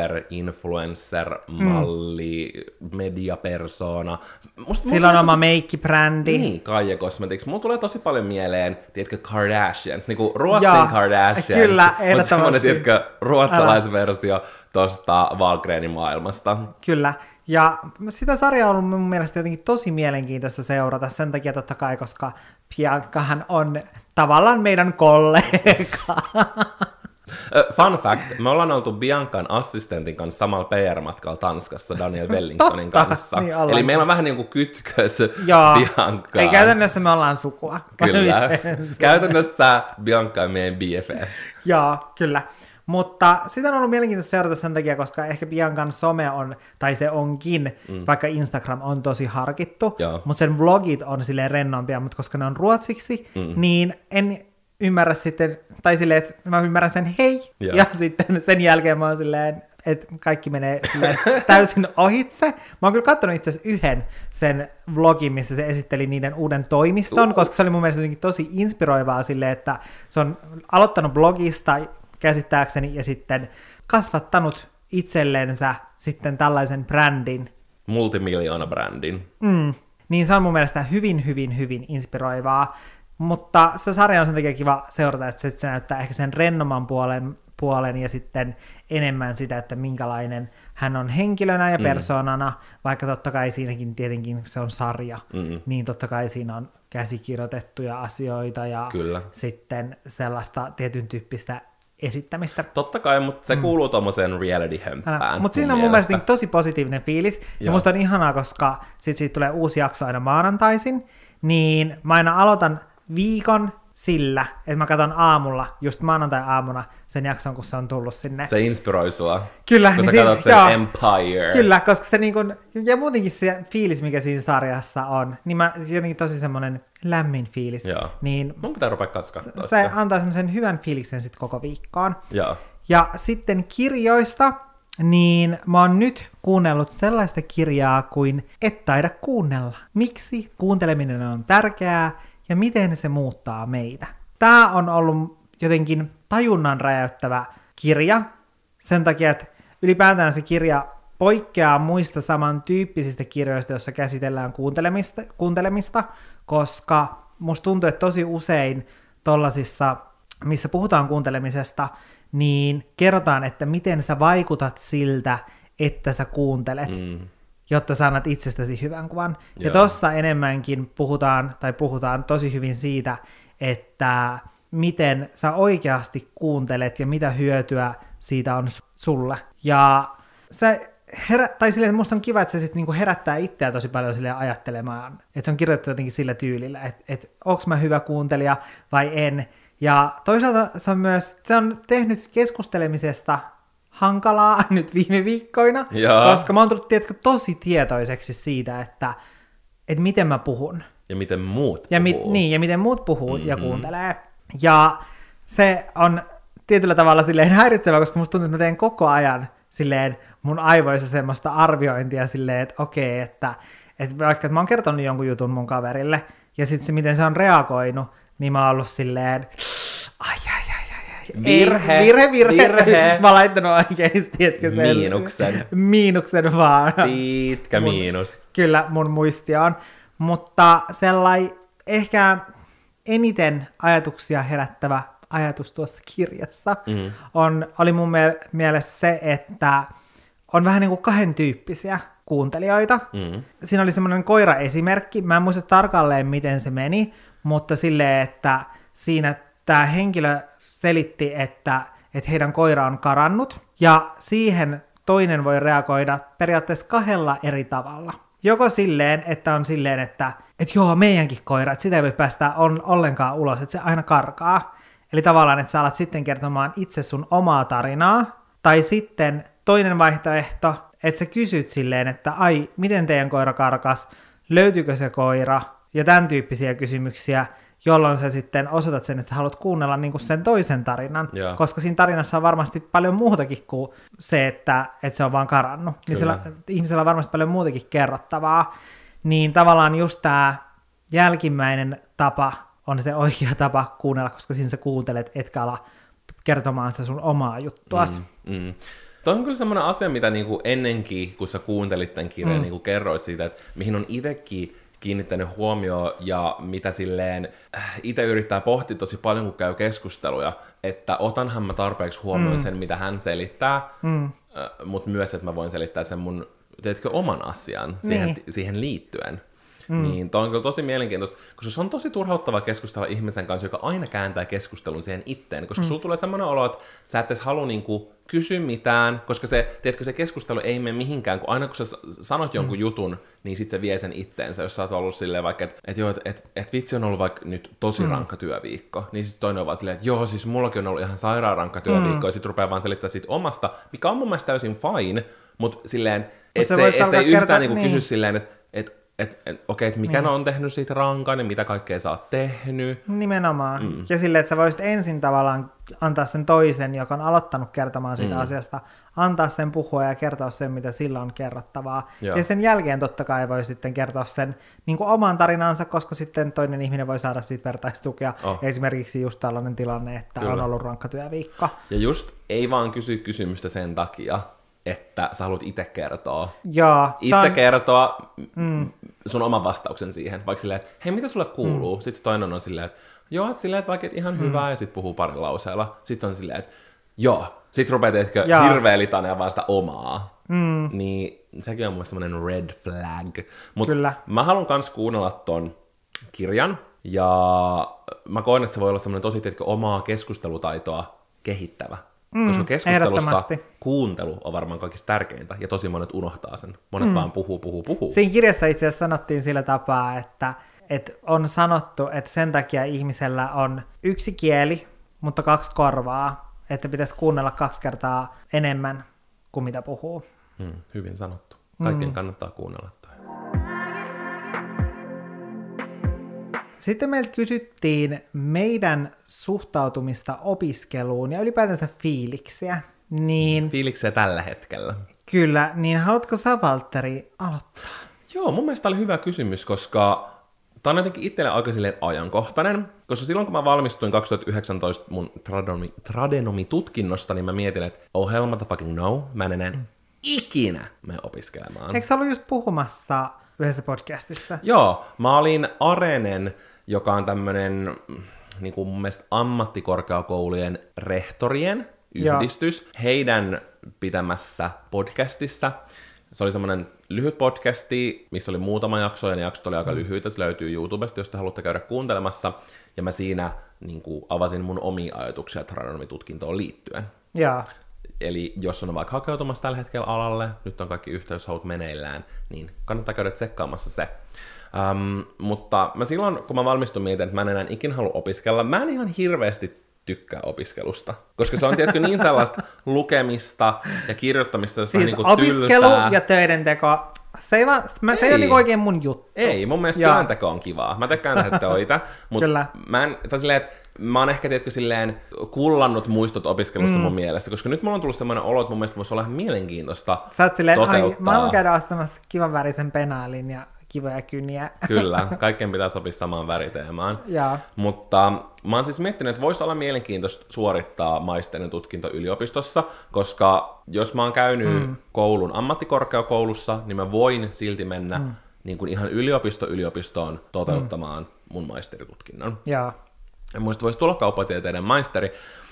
super-influencer-malli, mm. mediapersona. Musta, Sillä on tosi... oma meikkibrändi. Niin, Kaija Cosmetics. Mulla tulee tosi paljon mieleen, tiedätkö, Kardashians, niin kuin Ruotsin Joo, Kardashians. kyllä, mutta semmoinen, ehdottomasti. tiedätkö, ruotsalaisversio tuosta Wahlgrenin maailmasta. Kyllä, ja sitä sarjaa on ollut mun mielestä jotenkin tosi mielenkiintoista seurata sen takia totta kai, koska Biancahan on tavallaan meidän kollega. Fun fact, me ollaan oltu Biancan assistentin kanssa samalla P R-matkalla Tanskassa Daniel Wellingtonin Totta, kanssa. niin Eli meillä on vähän niin kuin kytkös Joo. Biancaan. Ei käytännössä me ollaan sukua. Kyllä. Käytännössä Bianca on meidän B F F. Joo, kyllä. Mutta sitä on ollut mielenkiintoista seurata sen takia, koska ehkä Biancan some on, tai se onkin, mm. vaikka Instagram on tosi harkittu, Joo. mutta sen vlogit on silleen rennompia, mutta koska ne on ruotsiksi, mm. niin en ymmärrä sitten, tai silleen, että mä ymmärrän sen hei, Joo. ja sitten sen jälkeen mä oon silleen, että kaikki menee silleen täysin ohitse. Mä oon kyllä katsonut itse asiassa yhden sen vlogin, missä se esitteli niiden uuden toimiston, uh. koska se oli mun mielestä jotenkin tosi inspiroivaa silleen, että se on aloittanut blogista käsittääkseni ja sitten kasvattanut itsellensä sitten tällaisen brändin. Multimiljoona brändin. Mm. Niin se on mun mielestä hyvin, hyvin, hyvin inspiroivaa. Mutta sitä sarjaa on sen takia kiva seurata, että se, se näyttää ehkä sen rennoman puolen, puolen ja sitten enemmän sitä, että minkälainen hän on henkilönä ja persoonana, mm. vaikka totta kai siinäkin tietenkin se on sarja, mm. niin totta kai siinä on käsikirjoitettuja asioita ja Kyllä. sitten sellaista tietyn tyyppistä esittämistä. Totta kai, mutta se kuuluu mm. tuommoiseen reality-hömppään. Mutta siinä on mun mielestä tosi positiivinen fiilis, Joo. ja musta on ihanaa, koska sit siitä tulee uusi jakso aina maanantaisin, niin mä aina aloitan viikon sillä, että mä katson aamulla, just maanantai-aamuna sen jakson, kun se on tullut sinne. Se inspiroi sua, kyllä, kun niin sä katsot sen joo, Empire. Kyllä, koska se niin kun, ja muutenkin se fiilis, mikä siinä sarjassa on, niin mä jotenkin tosi semmoinen lämmin fiilis. Joo. Niin mun pitää rupea katsoa se sitä. antaa semmoisen hyvän fiiliksen sit koko viikkoon. Joo. Ja sitten kirjoista, niin mä oon nyt kuunnellut sellaista kirjaa kuin Et taida kuunnella. Miksi kuunteleminen on tärkeää ja miten se muuttaa meitä. Tää on ollut jotenkin tajunnan räjäyttävä kirja sen takia, että ylipäätään se kirja poikkeaa muista samantyyppisistä kirjoista, joissa käsitellään kuuntelemista, kuuntelemista, koska musta tuntuu, että tosi usein tollasissa, missä puhutaan kuuntelemisesta, niin kerrotaan, että miten sä vaikutat siltä, että sä kuuntelet, mm. jotta sä annat itsestäsi hyvän kuvan. Joo. Ja tossa enemmänkin puhutaan, tai puhutaan tosi hyvin siitä, että miten sä oikeasti kuuntelet ja mitä hyötyä siitä on sulle. Ja se herä, tai silleen, että musta on kiva, että se sitten niinku herättää itseä tosi paljon silleen ajattelemaan, että se on kirjoitettu jotenkin sillä tyylillä, että, että onko mä hyvä kuuntelija vai en. Ja toisaalta se on myös, se on tehnyt keskustelemisesta hankalaa nyt viime viikkoina, Jaa. koska mä oon tullut tiedätkö, tosi tietoiseksi siitä, että, että miten mä puhun. Ja miten muut ja puhuu. Mi- niin, ja miten muut puhuu mm-hmm. ja kuuntelee. Ja se on tietyllä tavalla silleen häiritsevä, koska musta tuntuu, että mä teen koko ajan silleen mun aivoissa semmoista arviointia silleen, että okei, että, että vaikka että mä oon kertonut jonkun jutun mun kaverille, ja sitten se, miten se on reagoinut, niin mä oon ollut silleen, ai, ai, ai, ai, virhe, ei, virhe, virhe, virhe. Mä oon laittanut oikeesti, etkö sen miinuksen, miinuksen vaan. Pitkä mun, miinus. Kyllä, mun muistioon, mutta sellai ehkä eniten ajatuksia herättävä ajatus tuossa kirjassa mm. on, oli mun miel- mielestä se, että on vähän niin kuin kahden tyyppisiä kuuntelijoita. Mm. Siinä oli semmoinen koira-esimerkki, mä en muista tarkalleen miten se meni, mutta silleen, että siinä tämä henkilö selitti, että, että heidän koira on karannut, ja siihen toinen voi reagoida periaatteessa kahdella eri tavalla. Joko silleen, että on silleen, että, että joo, meidänkin koira, että sitä ei voi päästä on, ollenkaan ulos, että se aina karkaa. Eli tavallaan, että sä alat sitten kertomaan itse sun omaa tarinaa. Tai sitten toinen vaihtoehto, että sä kysyt silleen, että ai, miten teidän koira karkas, löytyykö se koira, ja tämän tyyppisiä kysymyksiä, jolloin sä sitten osoitat sen, että sä haluat kuunnella niin kuin sen toisen tarinan, yeah. koska siinä tarinassa on varmasti paljon muutakin kuin se, että, että se on vaan karannut. Niin sillä, ihmisellä on varmasti paljon muutakin kerrottavaa. Niin tavallaan just tämä jälkimmäinen tapa on se oikea tapa kuunnella, koska siinä sä kuuntelet, etkä ala kertomaan se sun omaa juttuas. Mm, mm. Tuo on kyllä semmoinen asia, mitä niinku ennenkin, kun sä kuuntelit tämän kirjan, mm. niinku kerroit siitä, että mihin on itsekin kiinnittänyt huomioon ja mitä silleen itse yrittää pohtia tosi paljon, kun käy keskusteluja, että otanhan mä tarpeeksi huomioon mm. sen, mitä hän selittää, mm. mutta myös, että mä voin selittää sen mun, teetkö, oman asian siihen, niin. siihen liittyen. Mm. Niin toi on kyllä tosi mielenkiintoista, koska se on tosi turhauttava keskustella ihmisen kanssa, joka aina kääntää keskustelun siihen itteen, koska mm. sulla tulee semmoinen olo, että sä et edes halua niinku kysyä mitään, koska se, tiedätkö, se keskustelu ei mene mihinkään, kun aina kun sä sanot jonkun mm. jutun, niin sit se vie sen itteensä, jos sä oot ollut silleen vaikka, että et joo, että et, et vitsi on ollut vaikka nyt tosi mm. rankka työviikko, niin sit toinen on vaan silleen, että joo, siis mullakin on ollut ihan sairaan rankka työviikko, mm. ja sit rupeaa vaan selittää siitä omasta, mikä on mun mielestä täysin fine, mutta silleen, että se, et ei yhtään niinku niin. kysy silleen, että et, Että et, okei, että mikä niin. on tehnyt siitä rankan ja mitä kaikkea sä oot tehnyt. Nimenomaan. Mm. Ja silleen, että sä voisit ensin tavallaan antaa sen toisen, joka on aloittanut kertomaan siitä mm. asiasta, antaa sen puhua ja kertoa sen, mitä sillä on kerrottavaa. Joo. Ja sen jälkeen totta kai voi sitten kertoa sen niin kuin oman tarinansa, koska sitten toinen ihminen voi saada siitä vertaistukea. Oh. Esimerkiksi just tällainen tilanne, että Kyllä. on ollut rankka työviikko. Ja just ei vaan kysy kysymystä sen takia, että sä haluat itse kertoa. Joo, itse on... kertoa mm. sun oman vastauksen siihen. Vaikka silleen, että hei, mitä sulle kuuluu? Mm. Sitten toinen on silleen, että joo, että silleen, että vaikka et ihan mm. hyvää, ja sitten puhuu parin lauseella. Sitten on silleen, että joo. Sitten rupeat etkö hirveä litania vaan sitä omaa. Mm. Niin sekin on mun semmoinen red flag. Mutta mä haluan kans kuunnella ton kirjan. Ja mä koen, että se voi olla semmoinen tosi tiedätkö, omaa keskustelutaitoa kehittävä. Mm, koska keskustelussa kuuntelu on varmaan kaikista tärkeintä, ja tosi monet unohtaa sen. Monet mm. vaan puhuu, puhuu, puhuu. Siinä kirjassa itse asiassa sanottiin sillä tapaa, että, että on sanottu, että sen takia ihmisellä on yksi kieli, mutta kaksi korvaa, että pitäisi kuunnella kaksi kertaa enemmän kuin mitä puhuu. Mm, hyvin sanottu. Kaikkien mm. kannattaa kuunnella toi. Sitten meiltä kysyttiin meidän suhtautumista opiskeluun ja ylipäätänsä fiiliksiä. Niin, fiiliksiä tällä hetkellä. Kyllä, niin haluatko sä, Valtteri, aloittaa? Joo, mun mielestä oli hyvä kysymys, koska tämä on jotenkin itselle aika silleen ajankohtainen, koska silloin kun mä valmistuin kaksituhattayhdeksäntoista mun tradenomi, tradenomitutkinnosta, niin mä mietin, että oh hell motherfucking no, mä en enää mm. ikinä mene opiskelemaan. Eikö sä ollut just puhumassa yhdessä podcastissa? Joo, mä olin Arenen, joka on tämmönen niin kuin mun mielestä ammattikorkeakoulujen rehtorien yhdistys, Joo. heidän pitämässä podcastissa. Se oli semmoinen lyhyt podcasti, missä oli muutama jakso, ja ne jaksot oli aika mm. lyhyitä, se löytyy YouTubesta, jos te haluatte käydä kuuntelemassa. Ja mä siinä niin kuin avasin mun omia ajatuksia tradenomitutkintoon liittyen. Jaa. Eli jos on vaikka hakeutumassa tällä hetkellä alalle, nyt on kaikki yhteyshaut meneillään, niin kannattaa käydä tsekkaamassa se. Um, mutta mä silloin, kun mä valmistun mietin, että mä en enää ikinä halua opiskella, mä en ihan hirveästi tykkää opiskelusta. Koska se on tietysti niin sellaista lukemista ja kirjoittamista, jos siis vähän niin kuin opiskelu tylsää. ja töiden teko, se ei, vaan, mä, se ei ole niin oikein mun juttu. Ei, mun mielestä työnteko on kivaa. Mä tykkään tehdä töitä, mutta mä en, tai silleen, että mä oon ehkä tiedätkö silleen kullannut muistot opiskelussa mm. mun mielestä, koska nyt mulla on tullut semmoinen olo, että mun mielestä voisi olla ihan mielenkiintoista Sä oot silleen, toteuttaa. Ai, mä oon käydä ostamassa kivan värisen penaalin ja kivoja kyniä. Kyllä, kaikkien pitää sopia samaan väriteemaan. Jaa. Mutta mä oon siis miettinyt, että voisi olla mielenkiintoista suorittaa maisterin tutkinto yliopistossa, koska jos mä oon käynyt mm. koulun ammattikorkeakoulussa, niin mä voin silti mennä mm. niin kuin ihan yliopisto yliopistoon toteuttamaan mm. mun maisteritutkinnon. Jaa. Ja muista voisi tulla kauppatieteiden maisteri.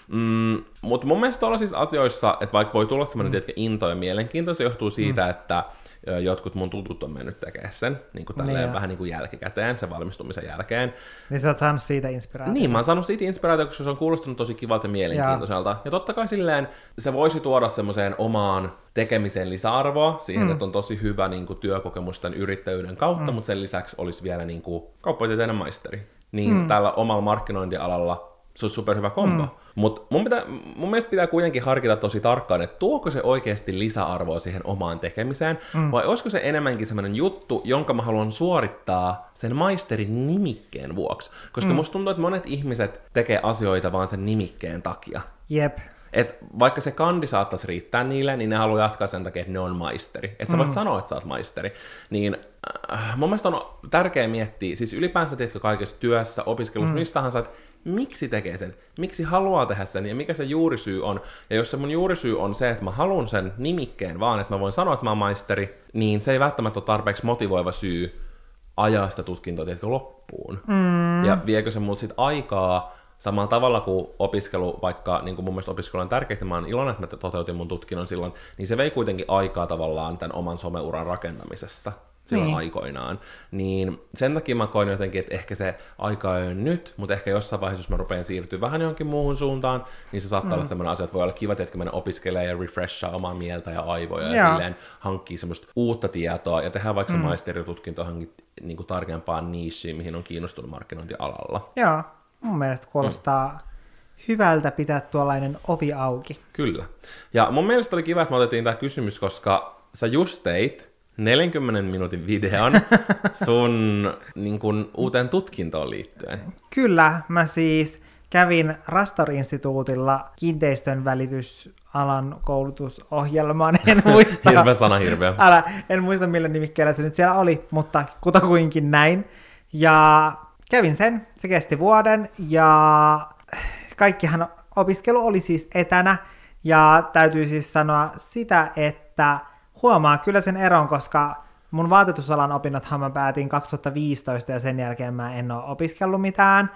Mm, mutta mun mielestä olla siis asioissa, että vaikka voi tulla semmoinen mm. into ja mielenkiinto, se johtuu siitä, mm. että jotkut mun tutut on mennyt tekemään sen, niin kuin tälleen niin vähän niin kuin jälkikäteen, sen valmistumisen jälkeen. Niin sä oot saanut siitä inspiraatiota. Niin, mä oon saanut siitä inspiraatiota, koska se on kuulostunut tosi kivalta ja mielenkiintoiselta. Ja, ja totta kai silleen se voisi tuoda semmoiseen omaan tekemiseen lisäarvoa, siihen, mm. että on tosi hyvä niin kuin työkokemusten yrittäjyyden kautta, mm. mutta sen lisäksi olisi vielä niin kuin kauppatieteiden maisteri. Niin mm. tällä omalla markkinointialalla se olisi superhyvä kombo. Mm. Mutta mun, mun mielestä pitää kuitenkin harkita tosi tarkkaan, että tuoko se oikeasti lisäarvoa siihen omaan tekemiseen, mm. vai olisiko se enemmänkin semmoinen juttu, jonka mä haluan suorittaa sen maisterin nimikkeen vuoksi. Koska mm. musta tuntuu, että monet ihmiset tekee asioita vaan sen nimikkeen takia. Jep. Et vaikka se kandi saattaisi riittää niille, niin ne haluaa jatkaa sen takia, että ne on maisteri. Että sä voit mm. sanoa, että sä oot maisteri. Niin äh, mun mielestä on tärkeää miettiä, siis ylipäänsä teetkö kaikessa työssä, opiskelussa, mm. mistä tahansa, että miksi tekee sen, miksi haluaa tehdä sen ja mikä se juurisyy on. Ja jos se mun juurisyy on se, että mä haluan sen nimikkeen vaan, että mä voin sanoa, että mä oon maisteri, niin se ei välttämättä ole tarpeeksi motivoiva syy ajaa sitä tutkintoa teetkö loppuun. Mm. Ja viekö se mut sit aikaa samalla tavalla kuin opiskelu, vaikka niin kuin mun mielestä opiskelu on tärkeää, mä oon iloinen, että mä toteutin mun tutkinnon silloin, niin se vei kuitenkin aikaa tavallaan tämän oman someuran rakentamisessa silloin niin. aikoinaan. Niin sen takia mä koin jotenkin, että ehkä se aika ei ole nyt, mutta ehkä jossain vaiheessa, jos mä rupean siirtyä vähän johonkin muuhun suuntaan, niin se saattaa mm. olla semmoinen asia, että voi olla kiva, että mennä opiskelemaan ja refreshaa omaa mieltä ja aivoja ja, ja silleen hankkii semmoista uutta tietoa ja tehdään vaikka mm. se maisteritutkinto johonkin niin kuin tarkempaan nichiin, mihin on kiinnostunut markkinointialalla. Joo. Mun mielestä kuulostaa mm. hyvältä pitää tuollainen ovi auki. Kyllä. Ja mun mielestä oli kiva, että me otettiin tämä kysymys, koska sä just teit neljänkymmenen minuutin videon sun niin kun, uuteen tutkintoon liittyen. Kyllä. Mä siis kävin Rastor-instituutilla kiinteistön välitysalan koulutusohjelman. En muista. Hirveä sana, hirveä. Älä, en muista millä nimikkeellä se nyt siellä oli, mutta kutakuinkin näin. Ja kävin sen, se kesti vuoden ja kaikkihan opiskelu oli siis etänä ja täytyy siis sanoa sitä, että huomaa kyllä sen eron, koska mun vaatetusalan opinnothan mä päätin kaksituhattaviisitoista ja sen jälkeen mä en ole opiskellut mitään,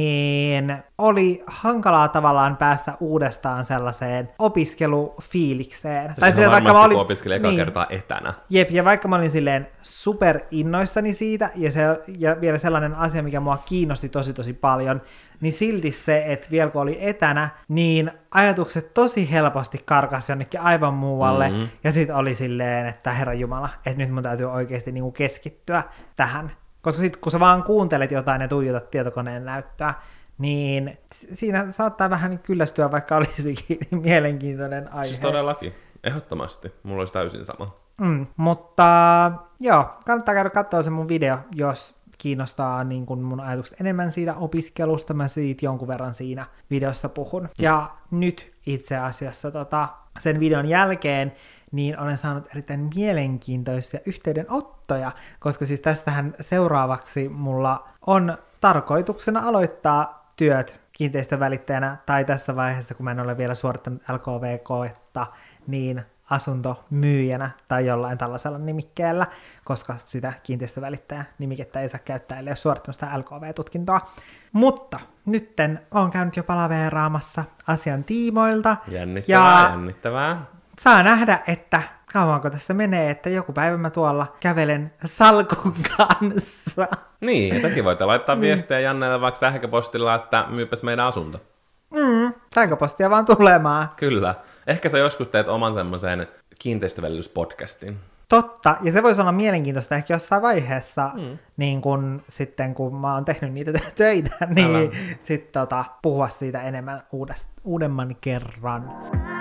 niin oli hankalaa tavallaan päästä uudestaan sellaiseen opiskelufiilikseen. Tai silleen, vaikka mä olin opiskelin ekaa niin, kertaa etänä. Jep, ja vaikka mä olin silleen super innoissani siitä, ja, se, ja vielä sellainen asia, mikä mua kiinnosti tosi tosi paljon, niin silti se, että vielä kun oli etänä, niin ajatukset tosi helposti karkas jonnekin aivan muualle, mm-hmm. ja sitten oli silleen, että herranjumala, että nyt mun täytyy oikeasti niinku keskittyä tähän. Koska sitten kun sä vaan kuuntelet jotain ja tuijotat tietokoneen näyttöä, niin siinä saattaa vähän kyllästyä, vaikka olisikin mielenkiintoinen aihe. Siis todellakin, ehdottomasti. Mulla olisi täysin sama. Mm, mutta joo, kannattaa käydä katsoa se mun video, jos kiinnostaa niin kun mun ajatukset enemmän siitä opiskelusta. Mä siitä jonkun verran siinä videossa puhun. Mm. Ja nyt itse asiassa tota, sen videon jälkeen niin olen saanut erittäin mielenkiintoisia yhteydenottoja, koska siis tästähän seuraavaksi mulla on tarkoituksena aloittaa työt kiinteistövälittäjänä, tai tässä vaiheessa, kun mä en ole vielä suorittanut L K V-koetta, niin asuntomyyjänä tai jollain tällaisella nimikkeellä, koska sitä kiinteistövälittäjä nimikettä ei saa käyttää, ellei ole suorittanut sitä L K V-tutkintoa. Mutta nytten olen käynyt jo palaveeraamassa asian tiimoilta. Jännittävää, ja jännittävää. Saa nähdä, että kauanko tässä menee, että joku päivä mä tuolla kävelen salkun kanssa. Niin, ja tekin voitte laittaa niin. viestiä Jannelle vaikka sähköpostilla, että myypäs meidän asunto. Mm, sähköpostia vaan tulemaan. Kyllä. Ehkä sä joskus teet oman semmoisen kiinteistövellyspodcastin. Totta, ja se voisi olla mielenkiintoista ehkä jossain vaiheessa, mm. niin kun, sitten kun mä oon tehnyt niitä töitä, niin sitten tota, puhua siitä enemmän uudest, uudemman kerran.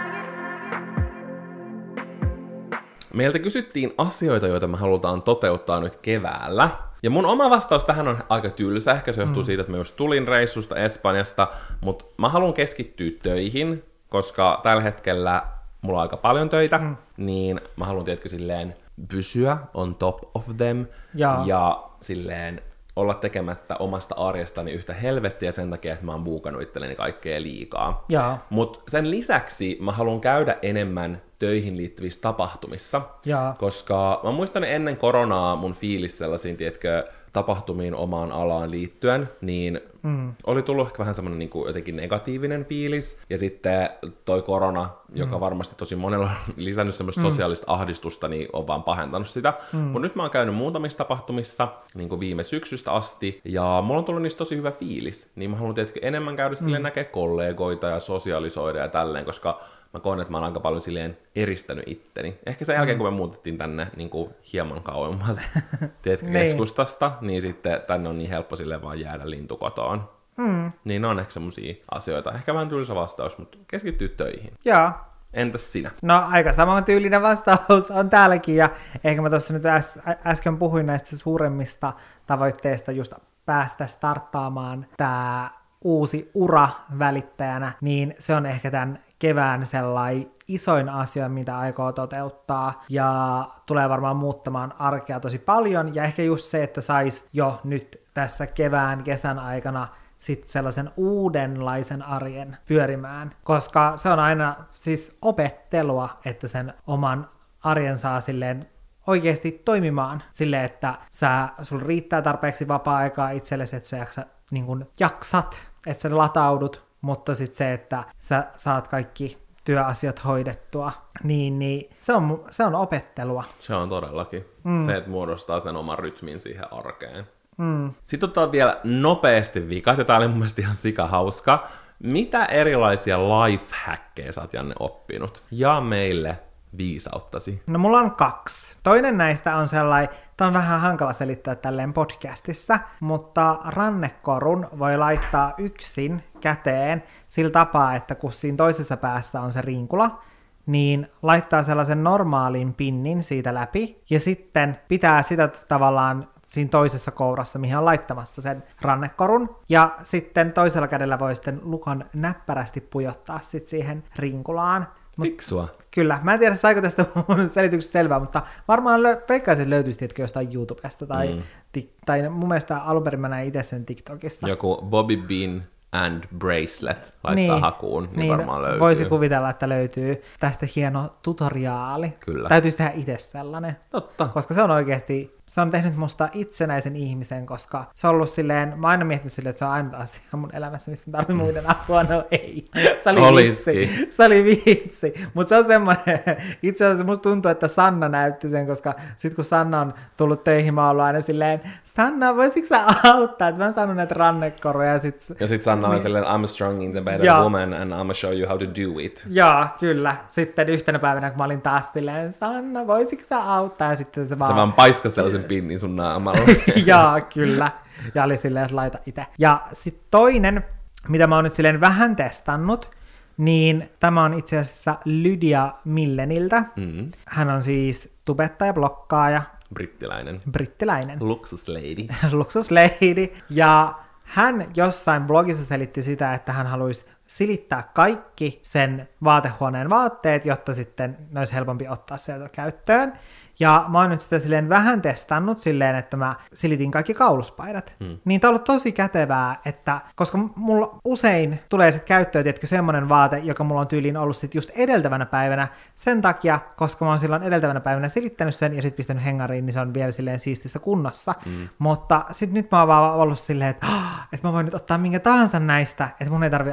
Meiltä kysyttiin asioita, joita me halutaan toteuttaa nyt keväällä. Ja mun oma vastaus tähän on aika tylsä, ehkä se johtuu mm. siitä, että mä just tulin reissusta Espanjasta, mutta mä haluan keskittyä töihin, koska tällä hetkellä mulla on aika paljon töitä, mm. niin mä haluan tietenkin silleen pysyä on top of them ja, ja silleen olla tekemättä omasta arjestani yhtä helvettiä sen takia, että mä oon buukannut itselleni kaikkea liikaa. Mutta sen lisäksi mä haluan käydä enemmän töihin liittyvissä tapahtumissa, ja. koska mä muistan ennen koronaa mun fiilis sellaisiin, tiedätkö, tapahtumiin omaan alaan liittyen, niin mm. oli tullut ehkä vähän semmoinen niin kuin jotenkin negatiivinen fiilis, ja sitten toi korona, mm. joka varmasti tosi monella on lisännyt semmoista mm. sosiaalista ahdistusta, niin on vaan pahentanut sitä. Mm. Mutta nyt mä oon käynyt muutamissa tapahtumissa, niin kuin viime syksystä asti, ja mulla on tullut niistä tosi hyvä fiilis, niin mä haluan tietenkin enemmän käydä mm. silleen näkee kollegoita ja sosialisoida ja tälleen, koska mä koen, että mä oon aika paljon silleen eristänyt itteni. Ehkä sen jälkeen, mm. kun me muutettiin tänne niin kuin hieman kauemmas tiedätkö, keskustasta, niin sitten tänne on niin helppo silleen vaan jäädä lintukotoon. Mm. Niin ne on ehkä semmosia asioita. Ehkä vähän tylsä vastaus, mutta keskittyy töihin. Joo. Entäs sinä? No aika saman tyylinen vastaus on täälläkin, ja ehkä mä tuossa nyt äs- äsken puhuin näistä suuremmista tavoitteista just päästä starttaamaan tää uusi ura välittäjänä, niin se on ehkä tämän kevään sellainen isoin asia, mitä aikoo toteuttaa, ja tulee varmaan muuttamaan arkea tosi paljon, ja ehkä just se, että sais jo nyt tässä kevään, kesän aikana sitten sellaisen uudenlaisen arjen pyörimään, koska se on aina siis opettelua, että sen oman arjen saa silleen oikeasti toimimaan silleen, että sä, sulla riittää tarpeeksi vapaa-aikaa itsellesi, että sä jaksa, niin kun jaksat, että sä lataudut, mutta sitten se, että sä saat kaikki työasiat hoidettua, niin, niin se, on, se on opettelua. Se on todellakin. Mm. Se, että muodostaa sen oman rytmin siihen arkeen. Mm. Sitten otetaan vielä nopeasti vikat, ja tää oli mun mielestä ihan sikahauska. Mitä erilaisia lifehackkejä sä oot, Janne, oppinut? Ja meille viisauttasi. No mulla on kaksi. Toinen näistä on sellainen, tää on vähän hankala selittää tälleen podcastissa, mutta rannekorun voi laittaa yksin käteen sillä tapaa, että kun siinä toisessa päässä on se rinkula, niin laittaa sellaisen normaalin pinnin siitä läpi, ja sitten pitää sitä tavallaan siinä toisessa kourassa, mihin on laittamassa sen rannekorun, ja sitten toisella kädellä voi sitten lukon näppärästi pujottaa sit siihen rinkulaan. Fiksua. Kyllä. Mä en tiedä, saiko tästä mun selityksestä selvää, mutta varmaan lö- peikkaiset löytyisi tietenkin jostain YouTubesta, tai, mm. ti- tai mun mielestä alun perin mä näin itse sen TikTokissa. Joku Bobby Bean and Bracelet laittaa niin, hakuun, niin, niin varmaan löytyy. Voisi kuvitella, että löytyy tästä hieno tutoriaali. Kyllä. Täytyisi tehdä itse sellainen. Totta. Koska se on oikeasti, se on tehnyt musta itsenäisen ihmisen, koska se on ollut silleen, mä oon aina miettinyt silleen, että se on aina asia mun elämässä, missä mä tarvitsen muiden apua. No ei, se oli Olisikin. vitsi. Se oli vitsi. Mutta se on semmoinen, itse asiassa musta tuntuu, että Sanna näytti sen, koska sit kun Sanna on tullut töihin, mä oon ollut aina silleen, Sanna, voisitko sä auttaa? Että mä oon saanut näitä rannekoruja. Ja sit, ja sit Sanna on niin, silleen, I'm a strong independent woman and I'm gonna show you how to do it. Joo, kyllä. Sitten yhtenä päivänä, kun mä olin taas silleen, Sanna, voisitko sä auttaa? Ja sitten se vaan... Se vaan paiskasi sellaisen pinnin sun naamalla. Joo, kyllä. Ja oli silleen, että laita itse. Ja sitten toinen, mitä mä oon nyt silleen vähän testannut, niin tämä on itse asiassa Lydia Milleniltä. Mm-hmm. Hän on siis tubettaja, blokkaaja. Brittiläinen. Brittiläinen. Luxuslady. Luxuslady. Ja hän jossain blogissa selitti sitä, että hän haluaisi silittää kaikki sen vaatehuoneen vaatteet, jotta sitten ne olisi helpompi ottaa sieltä käyttöön. Ja mä oon nyt sitä silleen vähän testannut silleen, että mä silitin kaikki kauluspaidat. Hmm. Niin tää on ollut tosi kätevää, että koska mulla usein tulee sit käyttöön, tietkö, semmonen vaate, joka mulla on tyyliin ollut sit just edeltävänä päivänä sen takia, koska mä oon silloin edeltävänä päivänä silittänyt sen ja sit pistänyt hengariin, niin se on vielä silleen siistissä kunnossa. Hmm. Mutta sit nyt mä oon vaan ollut silleen, että, että mä voin nyt ottaa minkä tahansa näistä, että mun ei tarvi alkaa sit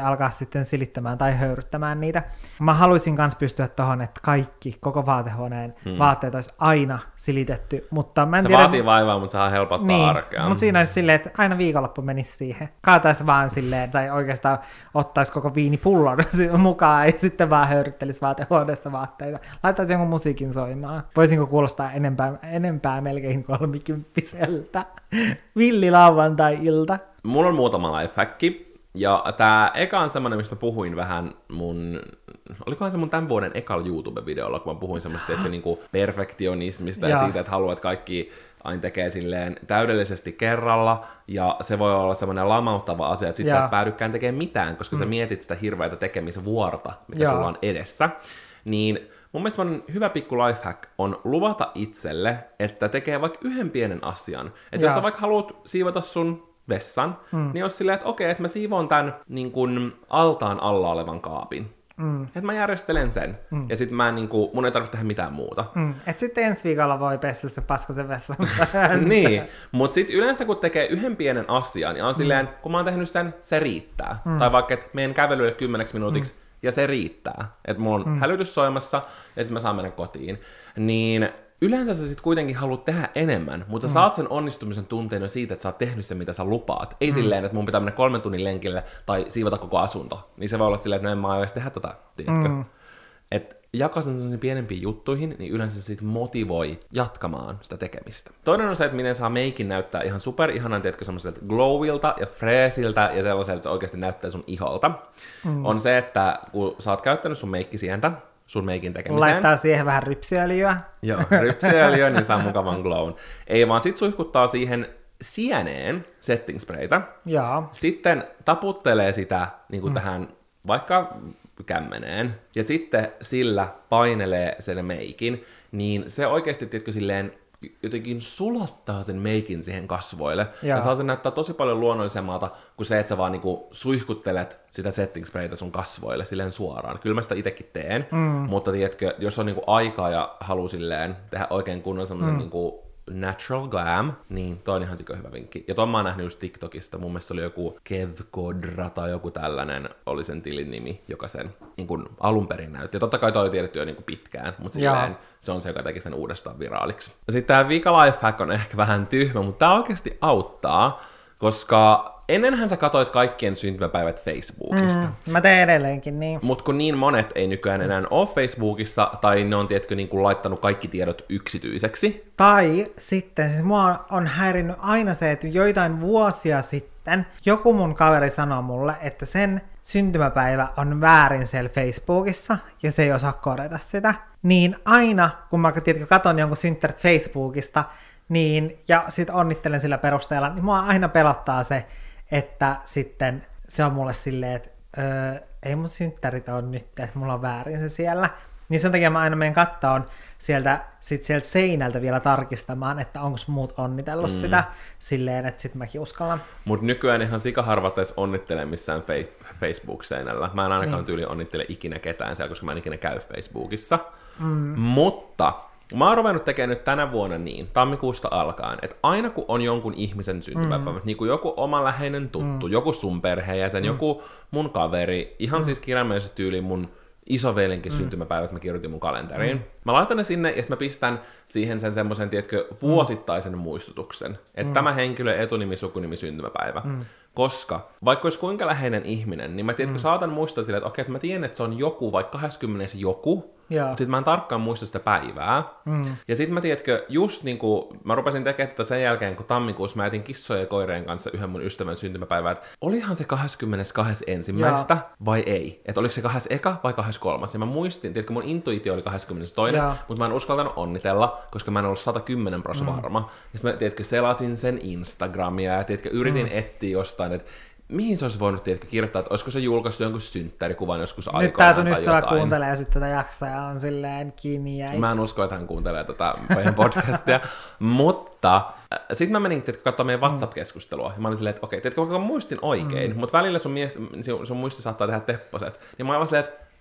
sitten silittämään tai höyryttämään niitä. Mä haluaisin myös pystyä tohon, että kaikki, koko vaatehuoneen hmm. vaatteet olisi aina silitetty, mutta mä en se tiedä... vaatii vaivaa, mutta saa helpottaa niin, arkea. Mutta siinä olisi silleen, että aina viikonloppu menisi siihen. Kaataisi vaan silleen, tai oikeastaan ottaisi koko viinipullon mukaan ja sitten vaan höyryttelisi vaatehuoneessa vaatteita. Laittaisi jonkun musiikin soimaan. Voisinko kuulostaa enempää, enempää melkein kolmikymppiseltä? Villi lauantai-ilta. Mulla on muutama lifehacki, ja tää eka on semmonen, mistä mä puhuin vähän mun, olikohan se mun tämän vuoden ekalla YouTube-videolla, kun mä puhuin semmoista että niinku perfektionismista ja. ja siitä, että haluat, että kaikki aina tekee silleen täydellisesti kerralla, ja se voi olla semmoinen lamauttava asia, että sit ja. sä et päädykään tekemään mitään, koska mm. sä mietit sitä hirveätä tekemisvuorta, mikä ja. sulla on edessä, niin mun mielestä on hyvä pikku lifehack on luvata itselle, että tekee vaikka yhden pienen asian. Että jos sä vaikka haluat siivota sun vessan, mm. niin jos silleen, että okei, että mä siivoon tämän niin kun altaan alla olevan kaapin. Mm. Että mä järjestelen sen. Mm. Ja sit mä en, niin kun, mun ei tarvitse tehdä mitään muuta. Mm. Että sitten ensi viikolla voi pestä se paskoten vessan. Niin, mutta sitten yleensä kun tekee yhden pienen asian, niin on silleen, mm. kun mä oon tehnyt sen, se riittää. Mm. Tai vaikka, että menen kävelylle kymmeneksi minuutiksi, mm. ja se riittää. Että mulla on mm. hälytys soimassa, ja sitten mä saan mennä kotiin. Niin yleensä sä sit kuitenkin haluat tehdä enemmän, mutta sä mm. saat sen onnistumisen tunteen jo siitä, että sä oot tehnyt sen, mitä sä lupaat. Ei mm. silleen, että mun pitää mennä kolmen tunnin lenkille tai siivota koko asunto. Niin se voi olla silleen, että no en mä aio edes tehdä tätä, tiedätkö? Mm. Että jakaa sen sellaisiin pienempiin juttuihin, niin yleensä se sit motivoi jatkamaan sitä tekemistä. Toinen on se, että miten saa meikin näyttää ihan super ihanan, tiedätkö, semmoiselta glowilta ja freesiltä ja sellaiselta, että se oikeasti näyttää sun iholta. Mm. On se, että kun sä oot käyttänyt sun meikkisientä, sun meikin tekemiseen. Laittaa siihen vähän rypsiöljyä. Joo, rypsiöljyä, niin saa mukavan glown. Ei vaan sit suihkuttaa siihen sieneen setting spraytä. Joo. Sitten taputtelee sitä niin kuin mm. tähän vaikka kämmeneen. Ja sitten sillä painelee sen meikin. Niin se oikeasti, tiedätkö, silleen jotenkin sulattaa sen meikin siihen kasvoille. Joo. Ja saa sen näyttää tosi paljon luonnollisemmalta kuin se, että sä vaan niinku suihkuttelet sitä setting sprayta sun kasvoille silleen suoraan. Kyllä mä sitä itekin teen, mm. mutta tiedätkö, jos on niinku aikaa ja haluaa silleen tehdä oikein kunnon semmoisen mm. niinku natural glam, niin toi on ihan sikö hyvä vinkki. Ja ton mä oon nähnyt just TikTokista, mun mielestä oli joku Kev Kodra tai joku tällainen, oli sen tilin nimi, joka sen niin kun alun perin näytti. Ja totta kai toi on tiedetty jo niin kuin pitkään, mutta silleen se on se, joka teki sen uudestaan viraaliksi. Ja sitten tää vika lifehack on ehkä vähän tyhmä, mutta tää oikeasti auttaa, koska ennenhän sä katsoit kaikkien syntymäpäivät Facebookista. Mm, mä teen edelleenkin niin. Mut kun niin monet ei nykyään enää ole Facebookissa, tai ne on tietkö niin kuin laittanut kaikki tiedot yksityiseksi. Tai sitten, siis mua on häirinnyt aina se, että joitain vuosia sitten joku mun kaveri sanoi mulle, että sen syntymäpäivä on väärin siellä Facebookissa, ja se ei osaa korjata sitä. Niin aina, kun mä tiedätkö, katon jonkun synttärit Facebookista, niin, ja sit onnittelen sillä perusteella, niin mua aina pelottaa se, että sitten se on mulle silleen, että öö, ei mun synttärit ole nyt, että mulla on väärin se siellä. Niin sen takia mä aina menen kattoon sieltä, sit sieltä seinältä vielä tarkistamaan, että onko muut onnitellut mm. sitä silleen, että sit mäkin uskallan. Mut nykyään ihan sikaharvat edes onnittele missään fe- Facebook-seinällä. Mä en ainakaan niin. tyyli onnittele ikinä ketään siellä, koska mä en ikinä käy Facebookissa. Mm. Mutta mä oon ruvennut tekemään nyt tänä vuonna niin, tammikuusta alkaen, että aina kun on jonkun ihmisen syntymäpäivä, mm. niin kuin joku oma läheinen tuttu, mm. joku sun perheenjäsen, mm. joku mun kaveri, ihan mm. siis kirjaimellisesti tyyliin mun isoveilenkin mm. syntymäpäivät mä kirjoitin mun kalenteriin. Mm. Mä laitan ne sinne ja mä pistän siihen sen semmoisen, tiedätkö, vuosittaisen mm. muistutuksen, että mm. tämä henkilö, etunimi, sukunimi, syntymäpäivä. Mm. Koska vaikka olisi kuinka läheinen ihminen, niin mä tiedätkö, mm. saatan muistaa silleen, että okei, että mä tiedän, että se on joku, vaikka kahdeskymmenes joku, mutta sitten mä en tarkkaan muista sitä päivää. Mm. Ja sitten mä tiedätkö, just niin kuin mä rupesin tekemään tätä sen jälkeen, kun tammikuussa mä jätin kissojen ja koireen kanssa yhden mun ystävän syntymäpäivää, että olihan se kahdeskymmenesensimmäinen vai ei? Että oliko se kahdeskymmenes vai kahdeskymmeneskolmas? Ja mä muistin, tiedätkö, mun intuitio oli kahdeskymmenestoinen, mutta mä en uskaltanut onnitella, koska mä en ollut sata kymmenen prosenttia varma. Mm. Ja sitten mä, tiedätkö, selasin sen Instagramia ja tiedätkö, yritin mm. etsiä jostain, että mihin se olisi voinut tiedätkö, kirjoittaa, että olisiko se julkaissut jonkun synttärikuvan joskus aikoinaan. Nyt tää sun ystävä jotain. Kuuntelee sitten tätä jaksoa ja on silleen kiinni jäi. Mä en usko, että hän kuuntelee tätä meidän podcastia, mutta sitten mä menin katsomaan meidän WhatsApp-keskustelua ja mä olin silleen, että okei, tiedätkö, vaikka muistin oikein, mm. mutta välillä sun, mies, sun muisti saattaa tehdä tepposet, niin mä olin silleen, että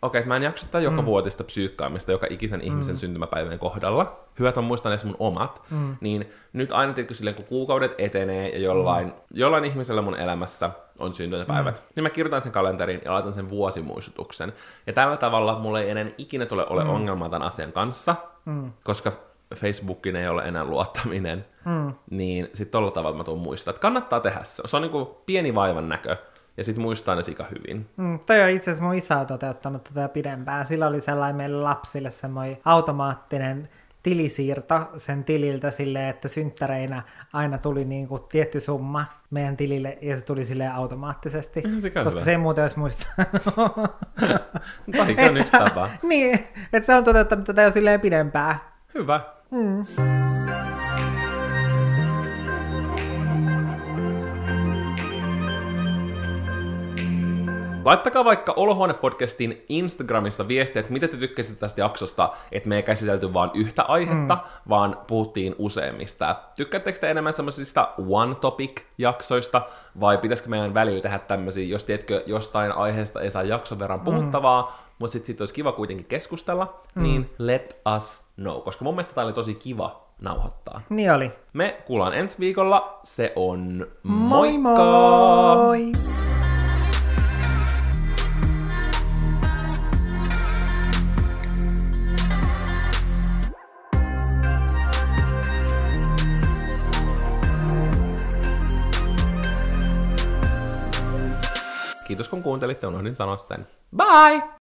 okei, okay, mä en jaksa tätä joka Mm. vuotista psyykkaamista joka ikisen ihmisen mm. syntymäpäivän kohdalla. Hyvä, että mä muistan edes mun omat. Mm. Niin nyt aina tietysti silleen, kun kuukaudet etenee ja jollain, mm. jollain ihmisellä mun elämässä on syntymäpäivät, mm. niin mä kirjoitan sen kalenteriin ja laitan sen vuosimuistutuksen. Ja tällä tavalla mulla ei enää ikinä tule ole mm. ongelmaa tämän asian kanssa, mm. koska Facebookin ei ole enää luottaminen. Mm. Niin sit tolla tavalla mä tuun muistaa, että kannattaa tehdä se. Se on niinku pieni vaivan näkö. Ja sit muistaa ne sika hyvin. Mm, toi on itse asiassa mun isä on toteuttanut tätä pidempään. Sillä oli sellainen meille lapsille semmoinen automaattinen tilisiirto sen tililtä silleen, että synttäreinä aina tuli niinku tietty summa meidän tilille ja se tuli silleen automaattisesti. Koska hyvä. Se ei muuten olisi muistanut. Toikin on yksi tapa. Niin, että se on toteuttanut tätä jo silleen pidempään. Hyvä. Mm. Laittakaa vaikka Olohuone-podcastin Instagramissa viestiä, että mitä te tykkäsitte tästä jaksosta, että me ei käsitelty vaan yhtä aihetta, mm. vaan puhuttiin useimmista. Tykkäättekö te enemmän semmoisista one-topic-jaksoista, vai pitäisikö meidän välillä tehdä tämmöisiä, jos tiedätkö, jostain aiheesta ei saa jakson verran puhuttavaa, mm. mutta sitten sit olisi kiva kuitenkin keskustella, mm. niin let us know, koska mun mielestä tää oli tosi kiva nauhoittaa. Niin oli. Me kuullaan ensi viikolla, se on moi moikka! moi! Kiitos kun kuuntelitte, unohdin sanoa sen. Bye!